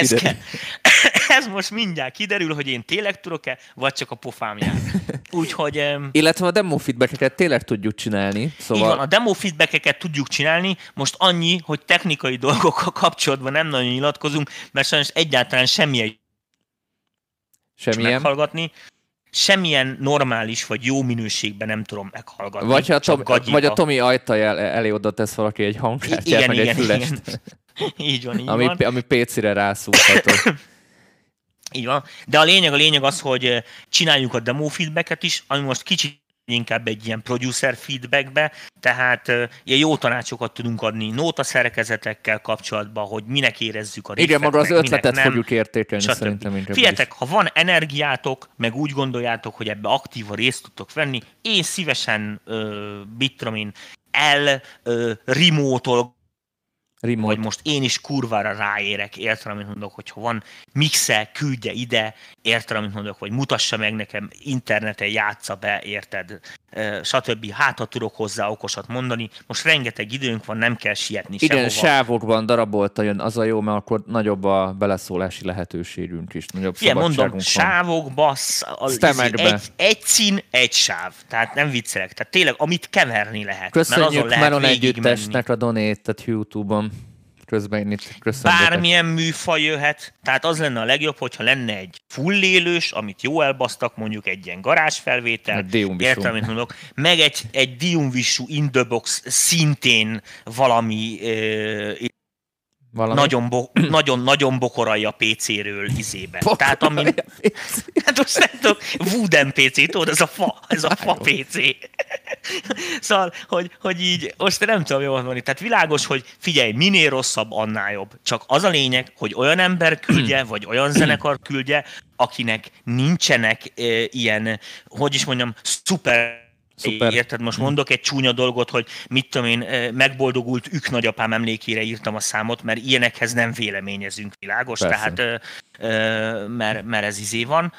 ez most mindjárt kiderül, hogy én tényleg tudok-e, vagy csak a pofám jár. Úgyhogy... Illetve a demo feedbackeket tényleg tudjuk csinálni. Szóval... Így van, a demo feedbackeket tudjuk csinálni, most annyi, hogy technikai dolgokkal kapcsolatban nem nagyon nyilatkozunk, mert sajnos egyáltalán semmilyen meghallgatni. Semmilyen normális vagy jó minőségben nem tudom meghallgatni. Vagy a Tomi ajtaja elé oda tesz valaki egy hangkártyát, meg egy fülest. Igen. Így van, ami PC-re rászúrható. Így van. De a lényeg az, hogy csináljuk a demo feedbacket is, ami most kicsit inkább egy ilyen producer feedbackbe, tehát ilyen jó tanácsokat tudunk adni nótaszerkezetekkel kapcsolatban, hogy minek érezzük a riffet. Igen, maga az ötletet fogjuk értékelni szerintem inkább. Figyeljetek, ha van energiátok, meg úgy gondoljátok, hogy ebbe aktívan részt tudtok venni, én szívesen remote-ol, vagy most én is kurvára ráérek, érted, amit mondok, hogyha van mixe, küldje ide, érted, amit mondok, vagy mutassa meg nekem, interneten játsza be, érted, stb. Hát, ha tudok hozzá okosat mondani. Most rengeteg időnk van, nem kell sietni igen, sehova. sávokban darabolta jön, az a jó, mert akkor nagyobb a beleszólási lehetőségünk is, nagyobb szabadságunk mondom, sávokba, egy szín, egy sáv. Tehát nem viccelek. Tehát tényleg, amit keverni lehet. Köszönjük Melon Együttesnek a donate-et YouTube-on. közben én itt köszöngetek. Bármilyen műfaj jöhet, tehát az lenne a legjobb, hogyha lenne egy full élős, amit jó elbasztak, mondjuk egy ilyen garázsfelvétel, értem, amit mondok, meg egy Diumvisú in the box szintén valami nagyon bokorai a PC-ről izébe. Tehát amin... Hát most nem tudom, Wooden PC, tudod, ez a fa PC. Szóval, hogy így, most nem tudom jól mondani. Tehát világos, hogy figyelj, minél rosszabb, annál jobb. Csak az a lényeg, hogy olyan ember küldje, vagy olyan zenekar küldje, akinek nincsenek ilyen, hogy is mondjam, szuper. Érted? Most mondok egy csúnya dolgot, hogy mit tudom én, megboldogult nagyapám emlékére írtam a számot, mert ilyenekhez nem véleményezünk, világos, persze. Tehát mert ez izé van,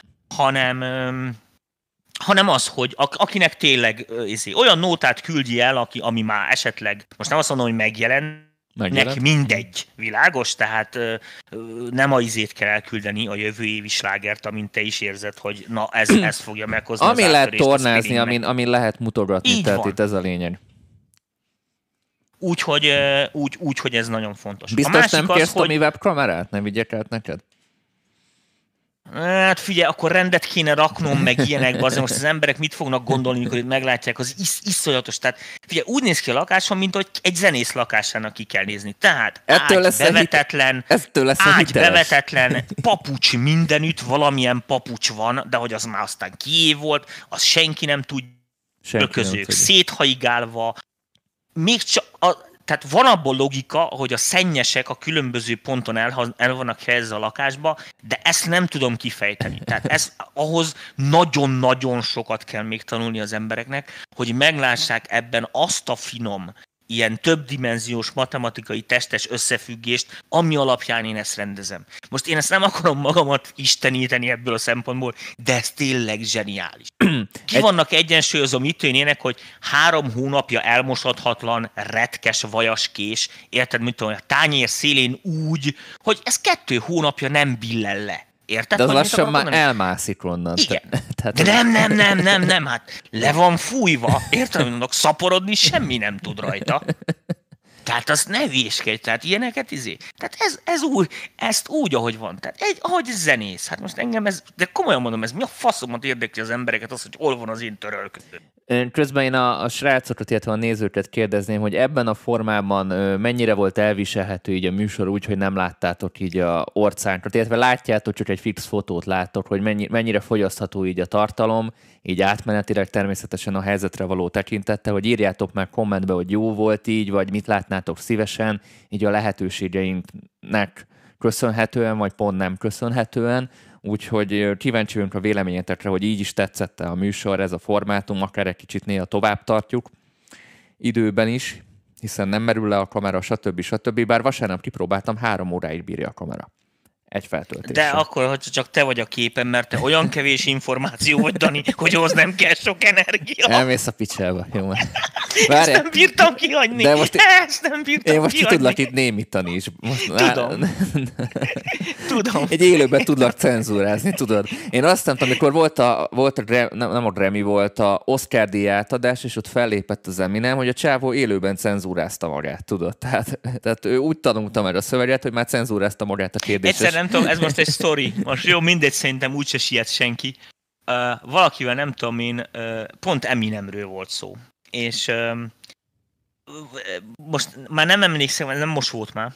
hanem az, hogy akinek tényleg olyan nótát küldi el, ami már esetleg, most nem azt mondom, hogy megjelent, neki mindegy, világos, tehát nem a izét kell elküldeni, a jövő évi slágert, amint te is érzed, hogy na ez fogja meghozni ami az lehet tornázni, amin lehet mutogatni, így tehát van. Itt ez a lényeg. Úgyhogy ez nagyon fontos. Biztos nem kérsz Tomi webkamerát? Nem vigyek át neked? Hát figyelj, akkor rendet kéne raknom, meg ilyenekbe, azért most az emberek mit fognak gondolni, amikor meglátják, az iszonyatos. Tehát figyelj, úgy néz ki a lakásom, mint hogy egy zenész lakásának ki kell nézni. Tehát ágy bevetetlen, papucs mindenütt, valamilyen papucs van, de hogy az már aztán kié volt, az senki nem tudja, közök széthaigálva, még csak... Tehát van abból logika, hogy a szennyesek a különböző ponton el vannak helyezve a lakásba, de ezt nem tudom kifejteni. Tehát ahhoz nagyon-nagyon sokat kell még tanulni az embereknek, hogy meglássák ebben azt a finom, ilyen többdimenziós matematikai testes összefüggést, ami alapján én ezt rendezem. Most én ezt nem akarom magamat isteníteni ebből a szempontból, de ez tényleg zseniális. Vannak egyensúlyozó mitőnének, hogy 3 hónapja elmosathatlan, retkes vajaskés, érted, mit tudom, a tányér szélén úgy, hogy ez 2 hónapja nem billen le. Érted? De az lassan már elmászik onnan. Igen. De nem, hát le van fújva. Érted, hogy mondok, szaporodni semmi nem tud rajta. Tehát azt ne véskedj, tehát ilyeneket Tehát ez úgy, ezt úgy, ahogy van. Tehát ahogy zenész. Hát most engem de komolyan mondom, ez mi a faszomat érdekli az embereket, az, hogy hol van az én törölködő. Közben én a srácokat, illetve a nézőket kérdezném, hogy ebben a formában mennyire volt elviselhető így a műsor úgy, hogy nem láttátok így a orcánkat, illetve látjátok, csak egy fix fotót láttok, hogy mennyire fogyasztható így a tartalom, így átmenetileg természetesen a helyzetre való tekintettel, hogy írjátok meg kommentbe, hogy jó volt így, vagy mit látnátok szívesen, így a lehetőségeinknek köszönhetően, vagy pont nem köszönhetően. Úgyhogy kíváncsi vagyunk a véleményetekre, hogy így is tetszett a műsor, ez a formátum, akár egy kicsit néha tovább tartjuk időben is, hiszen nem merül le a kamera, stb. Bár vasárnap kipróbáltam, 3 óráig bírja a kamera. Egy feltöltéssel. De akkor, hogy csak te vagy a képen, mert te olyan kevés információ vagy, Dani, hogy ahhoz nem kell sok energia. Elmész a picsába, jó. Ezt nem bírtam kihagyni. De Én most ki tudlak itt némítani is. Tudom. Egy élőben tudlak cenzúrázni, tudod. Én azt nem tudom, amikor volt nem a Grammy, volt a Oscar-díj átadás, és ott fellépett az Eminem, hogy a csávó élőben cenzúrázta magát, tudod. Tehát ő úgy tanulta meg a szöveget, hogy már cenzúrázta magát a kérdéses. Nem tudom, ez most egy sztori. Most jó, mindegy, szerintem úgyse siet senki. Valakivel nem tudom én, pont Eminemről volt szó. És most már nem emlékszem, nem most volt már.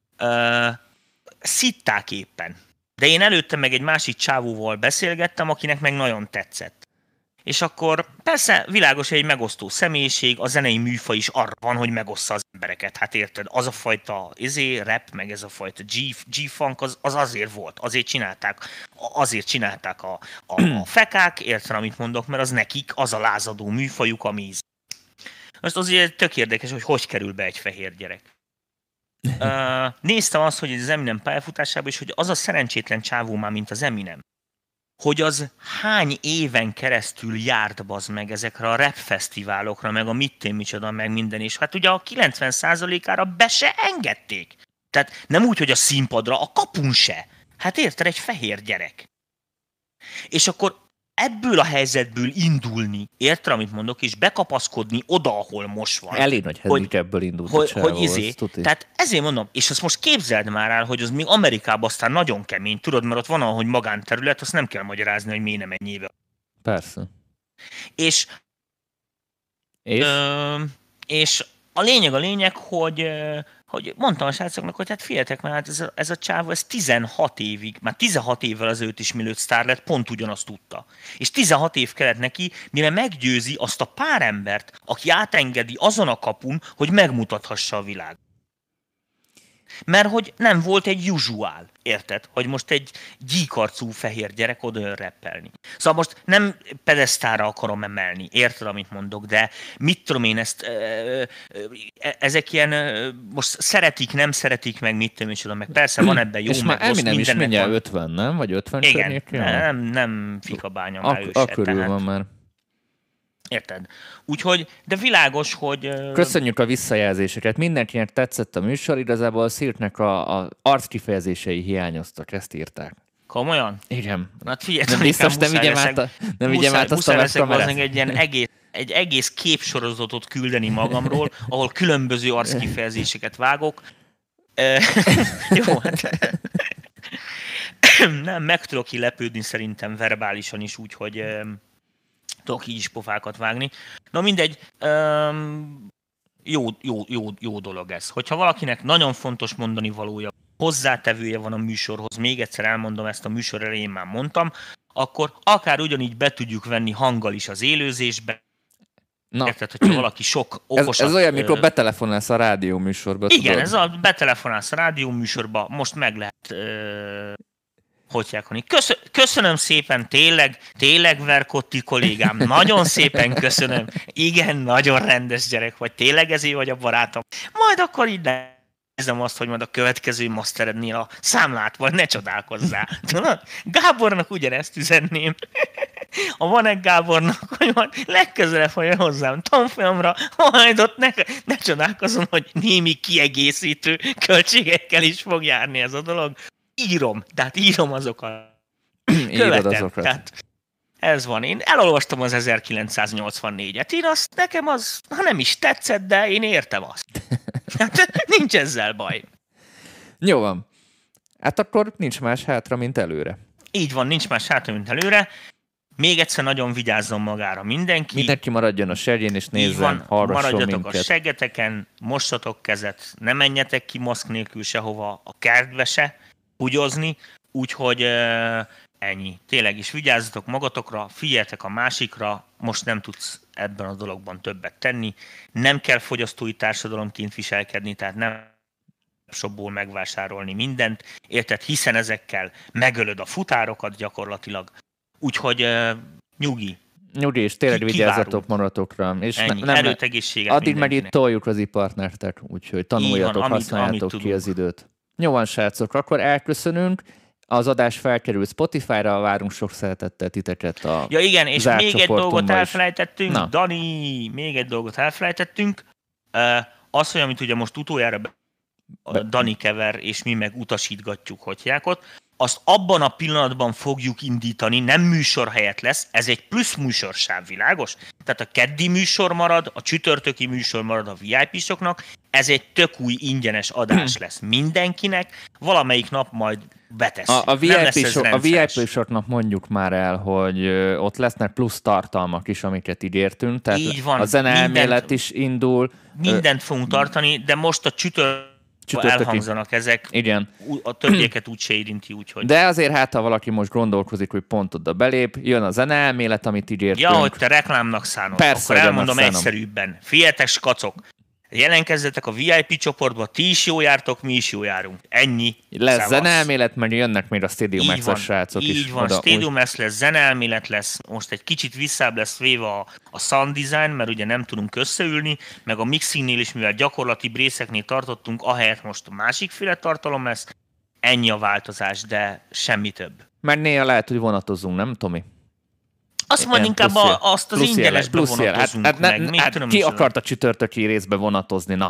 Szitták éppen. De én előtte meg egy másik csávóval beszélgettem, akinek meg nagyon tetszett. És akkor persze világos, hogy egy megosztó személyiség, a zenei műfaj is arra van, hogy megossza az embereket. Hát érted, az a fajta rap, meg ez a fajta G-funk, az azért volt, azért csinálták a fekák, érted, amit mondok, mert az nekik az a lázadó műfajuk, ami most azért tök érdekes, hogy kerül be egy fehér gyerek. Néztem azt, hogy az Eminem pályafutásában is, hogy az a szerencsétlen csávó már, mint az Eminem, hogy az hány éven keresztül járt bazd meg ezekre a rap fesztiválokra, meg a micsoda, meg minden, és hát ugye a 90%-ára be se engedték. Tehát nem úgy, hogy a színpadra, a kapun se. Hát érted, egy fehér gyerek. És akkor ebből a helyzetből indulni, érted, amit mondok, és bekapaszkodni oda, ahol most van. Elég nagy handicapből indult a csávó, tehát ezért mondom, és azt most képzeld már el, hogy az még Amerikában aztán nagyon kemény, tudod, mert ott van, ahogy magánterület, azt nem kell magyarázni, hogy miért nem ennyivel. Persze. És a lényeg, hogy mondtam a srácoknak, hogy hát figyeljetek már, hát ez a csávó, ez 16 évig, már 16 évvel az őt is, mielőtt sztár lett, pont ugyanazt tudta. És 16 év kellett neki, mire meggyőzi azt a pár embert, aki átengedi azon a kapun, hogy megmutathassa a világ. Mert hogy nem volt egy usual, érted? Hogy most egy gyíkarcú fehér gyerek oda jön rappelni. Szóval most nem pedesztára akarom emelni, érted, amit mondok, de mit tudom én ezek ilyen, most szeretik, nem szeretik meg, mit tudom én, meg persze van ebben jó, és meg rossz, mindennek is mindjárt van. 50, nem? Vagy 50 igen, nem fikabánya már ő se. Körül van már. Érted? Úgyhogy, de világos, hogy... Köszönjük a visszajelzéseket. Mindenkinek tetszett a műsor, igazából a Szirtnek a arckifejezései hiányoztak, ezt írták. Komolyan? Igen. Hát figyelj, nem biztos, nem vigyem át azt a webkamerát. Egy egész képsorozatot küldeni magamról, ahol különböző arckifejezéseket vágok. Jó, hát... nem, meg tudok így lepődni szerintem verbálisan is úgy, hogy... tudok így is pofákat vágni. Na mindegy, jó dolog ez. Hogyha valakinek nagyon fontos mondani valója, hozzátevője van a műsorhoz, még egyszer elmondom, ezt a műsor elején már mondtam, akkor akár ugyanígy be tudjuk venni hanggal is az élőzésbe. Na. Érted, hogyha valaki sok okosat... Ez olyan, mikor betelefonálsz a rádió műsorba. Igen, tudod? ez a betelefonálsz a rádió műsorba, most meg lehet... Köszönöm szépen, tényleg Verkotti kollégám, nagyon szépen köszönöm. Igen, nagyon rendes gyerek vagy, tényleg ezért vagy a barátom. Majd akkor így nézem azt, hogy majd a következő masterednél a számlát van, ne csodálkozzál. Tudod? Gábornak ugyanezt üzenném. A Vanek Gábornak, hogy majd legközelebb folyam hozzám tanfolyamra, majd ott ne csodálkozom, hogy némi kiegészítő költségekkel is fog járni ez a dolog. Írom azokat. Követem. Tehát ez van. Én elolvastam az 1984-et. Én azt, nekem az, ha nem is tetszett, de én értem azt. Hát nincs ezzel baj. Jó van. Hát akkor nincs más hátra, mint előre. Így van, nincs más hátra, mint előre. Még egyszer nagyon vigyázzon magára mindenki. Mindenki maradjon a serjén, és nézzen, hallgasson minket. Maradjatok a seggeteken, mossatok kezet, ne menjetek ki maszk nélkül sehova, a kertbe se húgyozni, úgyhogy ennyi. Tényleg is vigyázzatok magatokra, figyeljetek a másikra, most nem tudsz ebben a dologban többet tenni, nem kell fogyasztói társadalomként viselkedni, tehát nem shopból megvásárolni mindent, érted, hiszen ezekkel megölöd a futárokat gyakorlatilag. Úgyhogy nyugi. Nyugi, és tényleg vigyázzatok maradokra. És erőt, egészséget addig meg itt toljuk az ipart nektek, úgyhogy tanuljatok, használjátok ki az időt. Jó van, srácok, akkor elköszönünk. Az adás felkerül Spotify-ra, várunk sok szeretettel titeket a ja igen, és még egy dolgot elfelejtettünk, Na. Dani, még egy dolgot elfelejtettünk. Az, hogy amit ugye most utoljára Dani kever, és mi meg utasítgatjuk Hotyákot, azt abban a pillanatban fogjuk indítani, nem műsor helyett lesz, ez egy plusz műsorsáv, világos? Tehát a keddi műsor marad, a csütörtöki műsor marad a VIP-soknak, ez egy tök új ingyenes adás lesz mindenkinek, valamelyik nap majd betesz. A VIP-soknak mondjuk már el, hogy ott lesznek plusz tartalmak is, amiket ígértünk, tehát így van, a zeneelmélet is indul. Mindent fogunk tartani, de most a csütörtöki elhangzanak ezek, igen. A többieket úgyse érinti, úgyhogy. De azért hát, ha valaki most gondolkozik, hogy pont oda belép, jön a zeneelmélet, amit ígértünk. Ja, hogy te reklámnak szánod. Persze, akkor elmondom egyszerűbben. Figyeljetek, skacok! Jelenkezzetek a VIP csoportba, ti is jó jártok, mi is jó járunk. Ennyi. Lesz zeneelmélet, meg jönnek még a Stadium X-es srácok is. Így van, Stadium X lesz, zeneelmélet lesz, most egy kicsit visszább lesz véve a sound design, mert ugye nem tudunk összeülni, meg a mixingnél is, mivel gyakorlati brészeknél tartottunk, ahelyett most a másikféle tartalom lesz. Ennyi a változás, de semmi több. Mert néha lehet, hogy vonatozzunk, nem, Tomi? Azt majd inkább azt az ingyenesbe vonatozunk meg. Ki akart a csütörtöki részbe vonatozni? Na,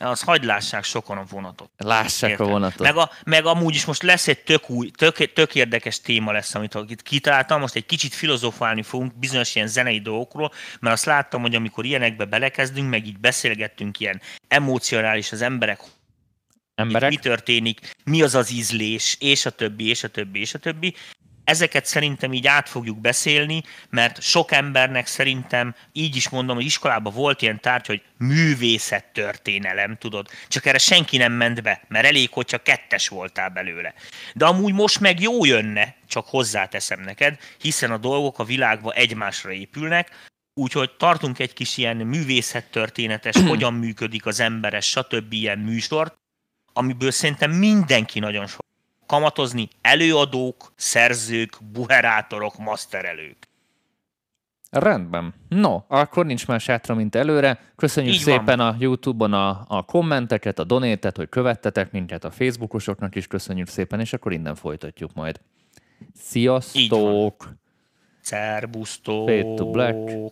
Az hagyd lássák sokan a vonatot. Lássák Érted? a vonatot. Meg amúgy is most lesz egy tök érdekes téma lesz, amit itt kitaláltam, most egy kicsit filozofálni fogunk bizonyos ilyen zenei dolgokról, mert azt láttam, hogy amikor ilyenekbe belekezdünk, meg így beszélgettünk ilyen emocionális az emberek, mi történik, mi az az ízlés, és a többi, és a többi, és a többi. Ezeket szerintem így át fogjuk beszélni, mert sok embernek szerintem, így is mondom, hogy iskolában volt ilyen tárgy, hogy művészettörténelem, tudod, csak erre senki nem ment be, mert elég, hogyha 2 voltál belőle. De amúgy most meg jó jönne, csak hozzáteszem neked, hiszen a dolgok a világban egymásra épülnek, úgyhogy tartunk egy kis ilyen művészettörténetes, hogyan működik az emberes, stb. Ilyen műsort, amiből szerintem mindenki nagyon sok kamatozni, előadók, szerzők, buherátorok, masterelők. Rendben. No, akkor nincs más hátra, mint előre. Köszönjük Így szépen van. a YouTube-on a kommenteket, a donétet, hogy követtetek minket, a Facebookosoknak is köszönjük szépen, és akkor innen folytatjuk majd. Sziasztok! Szerbusztok! Fade to Black.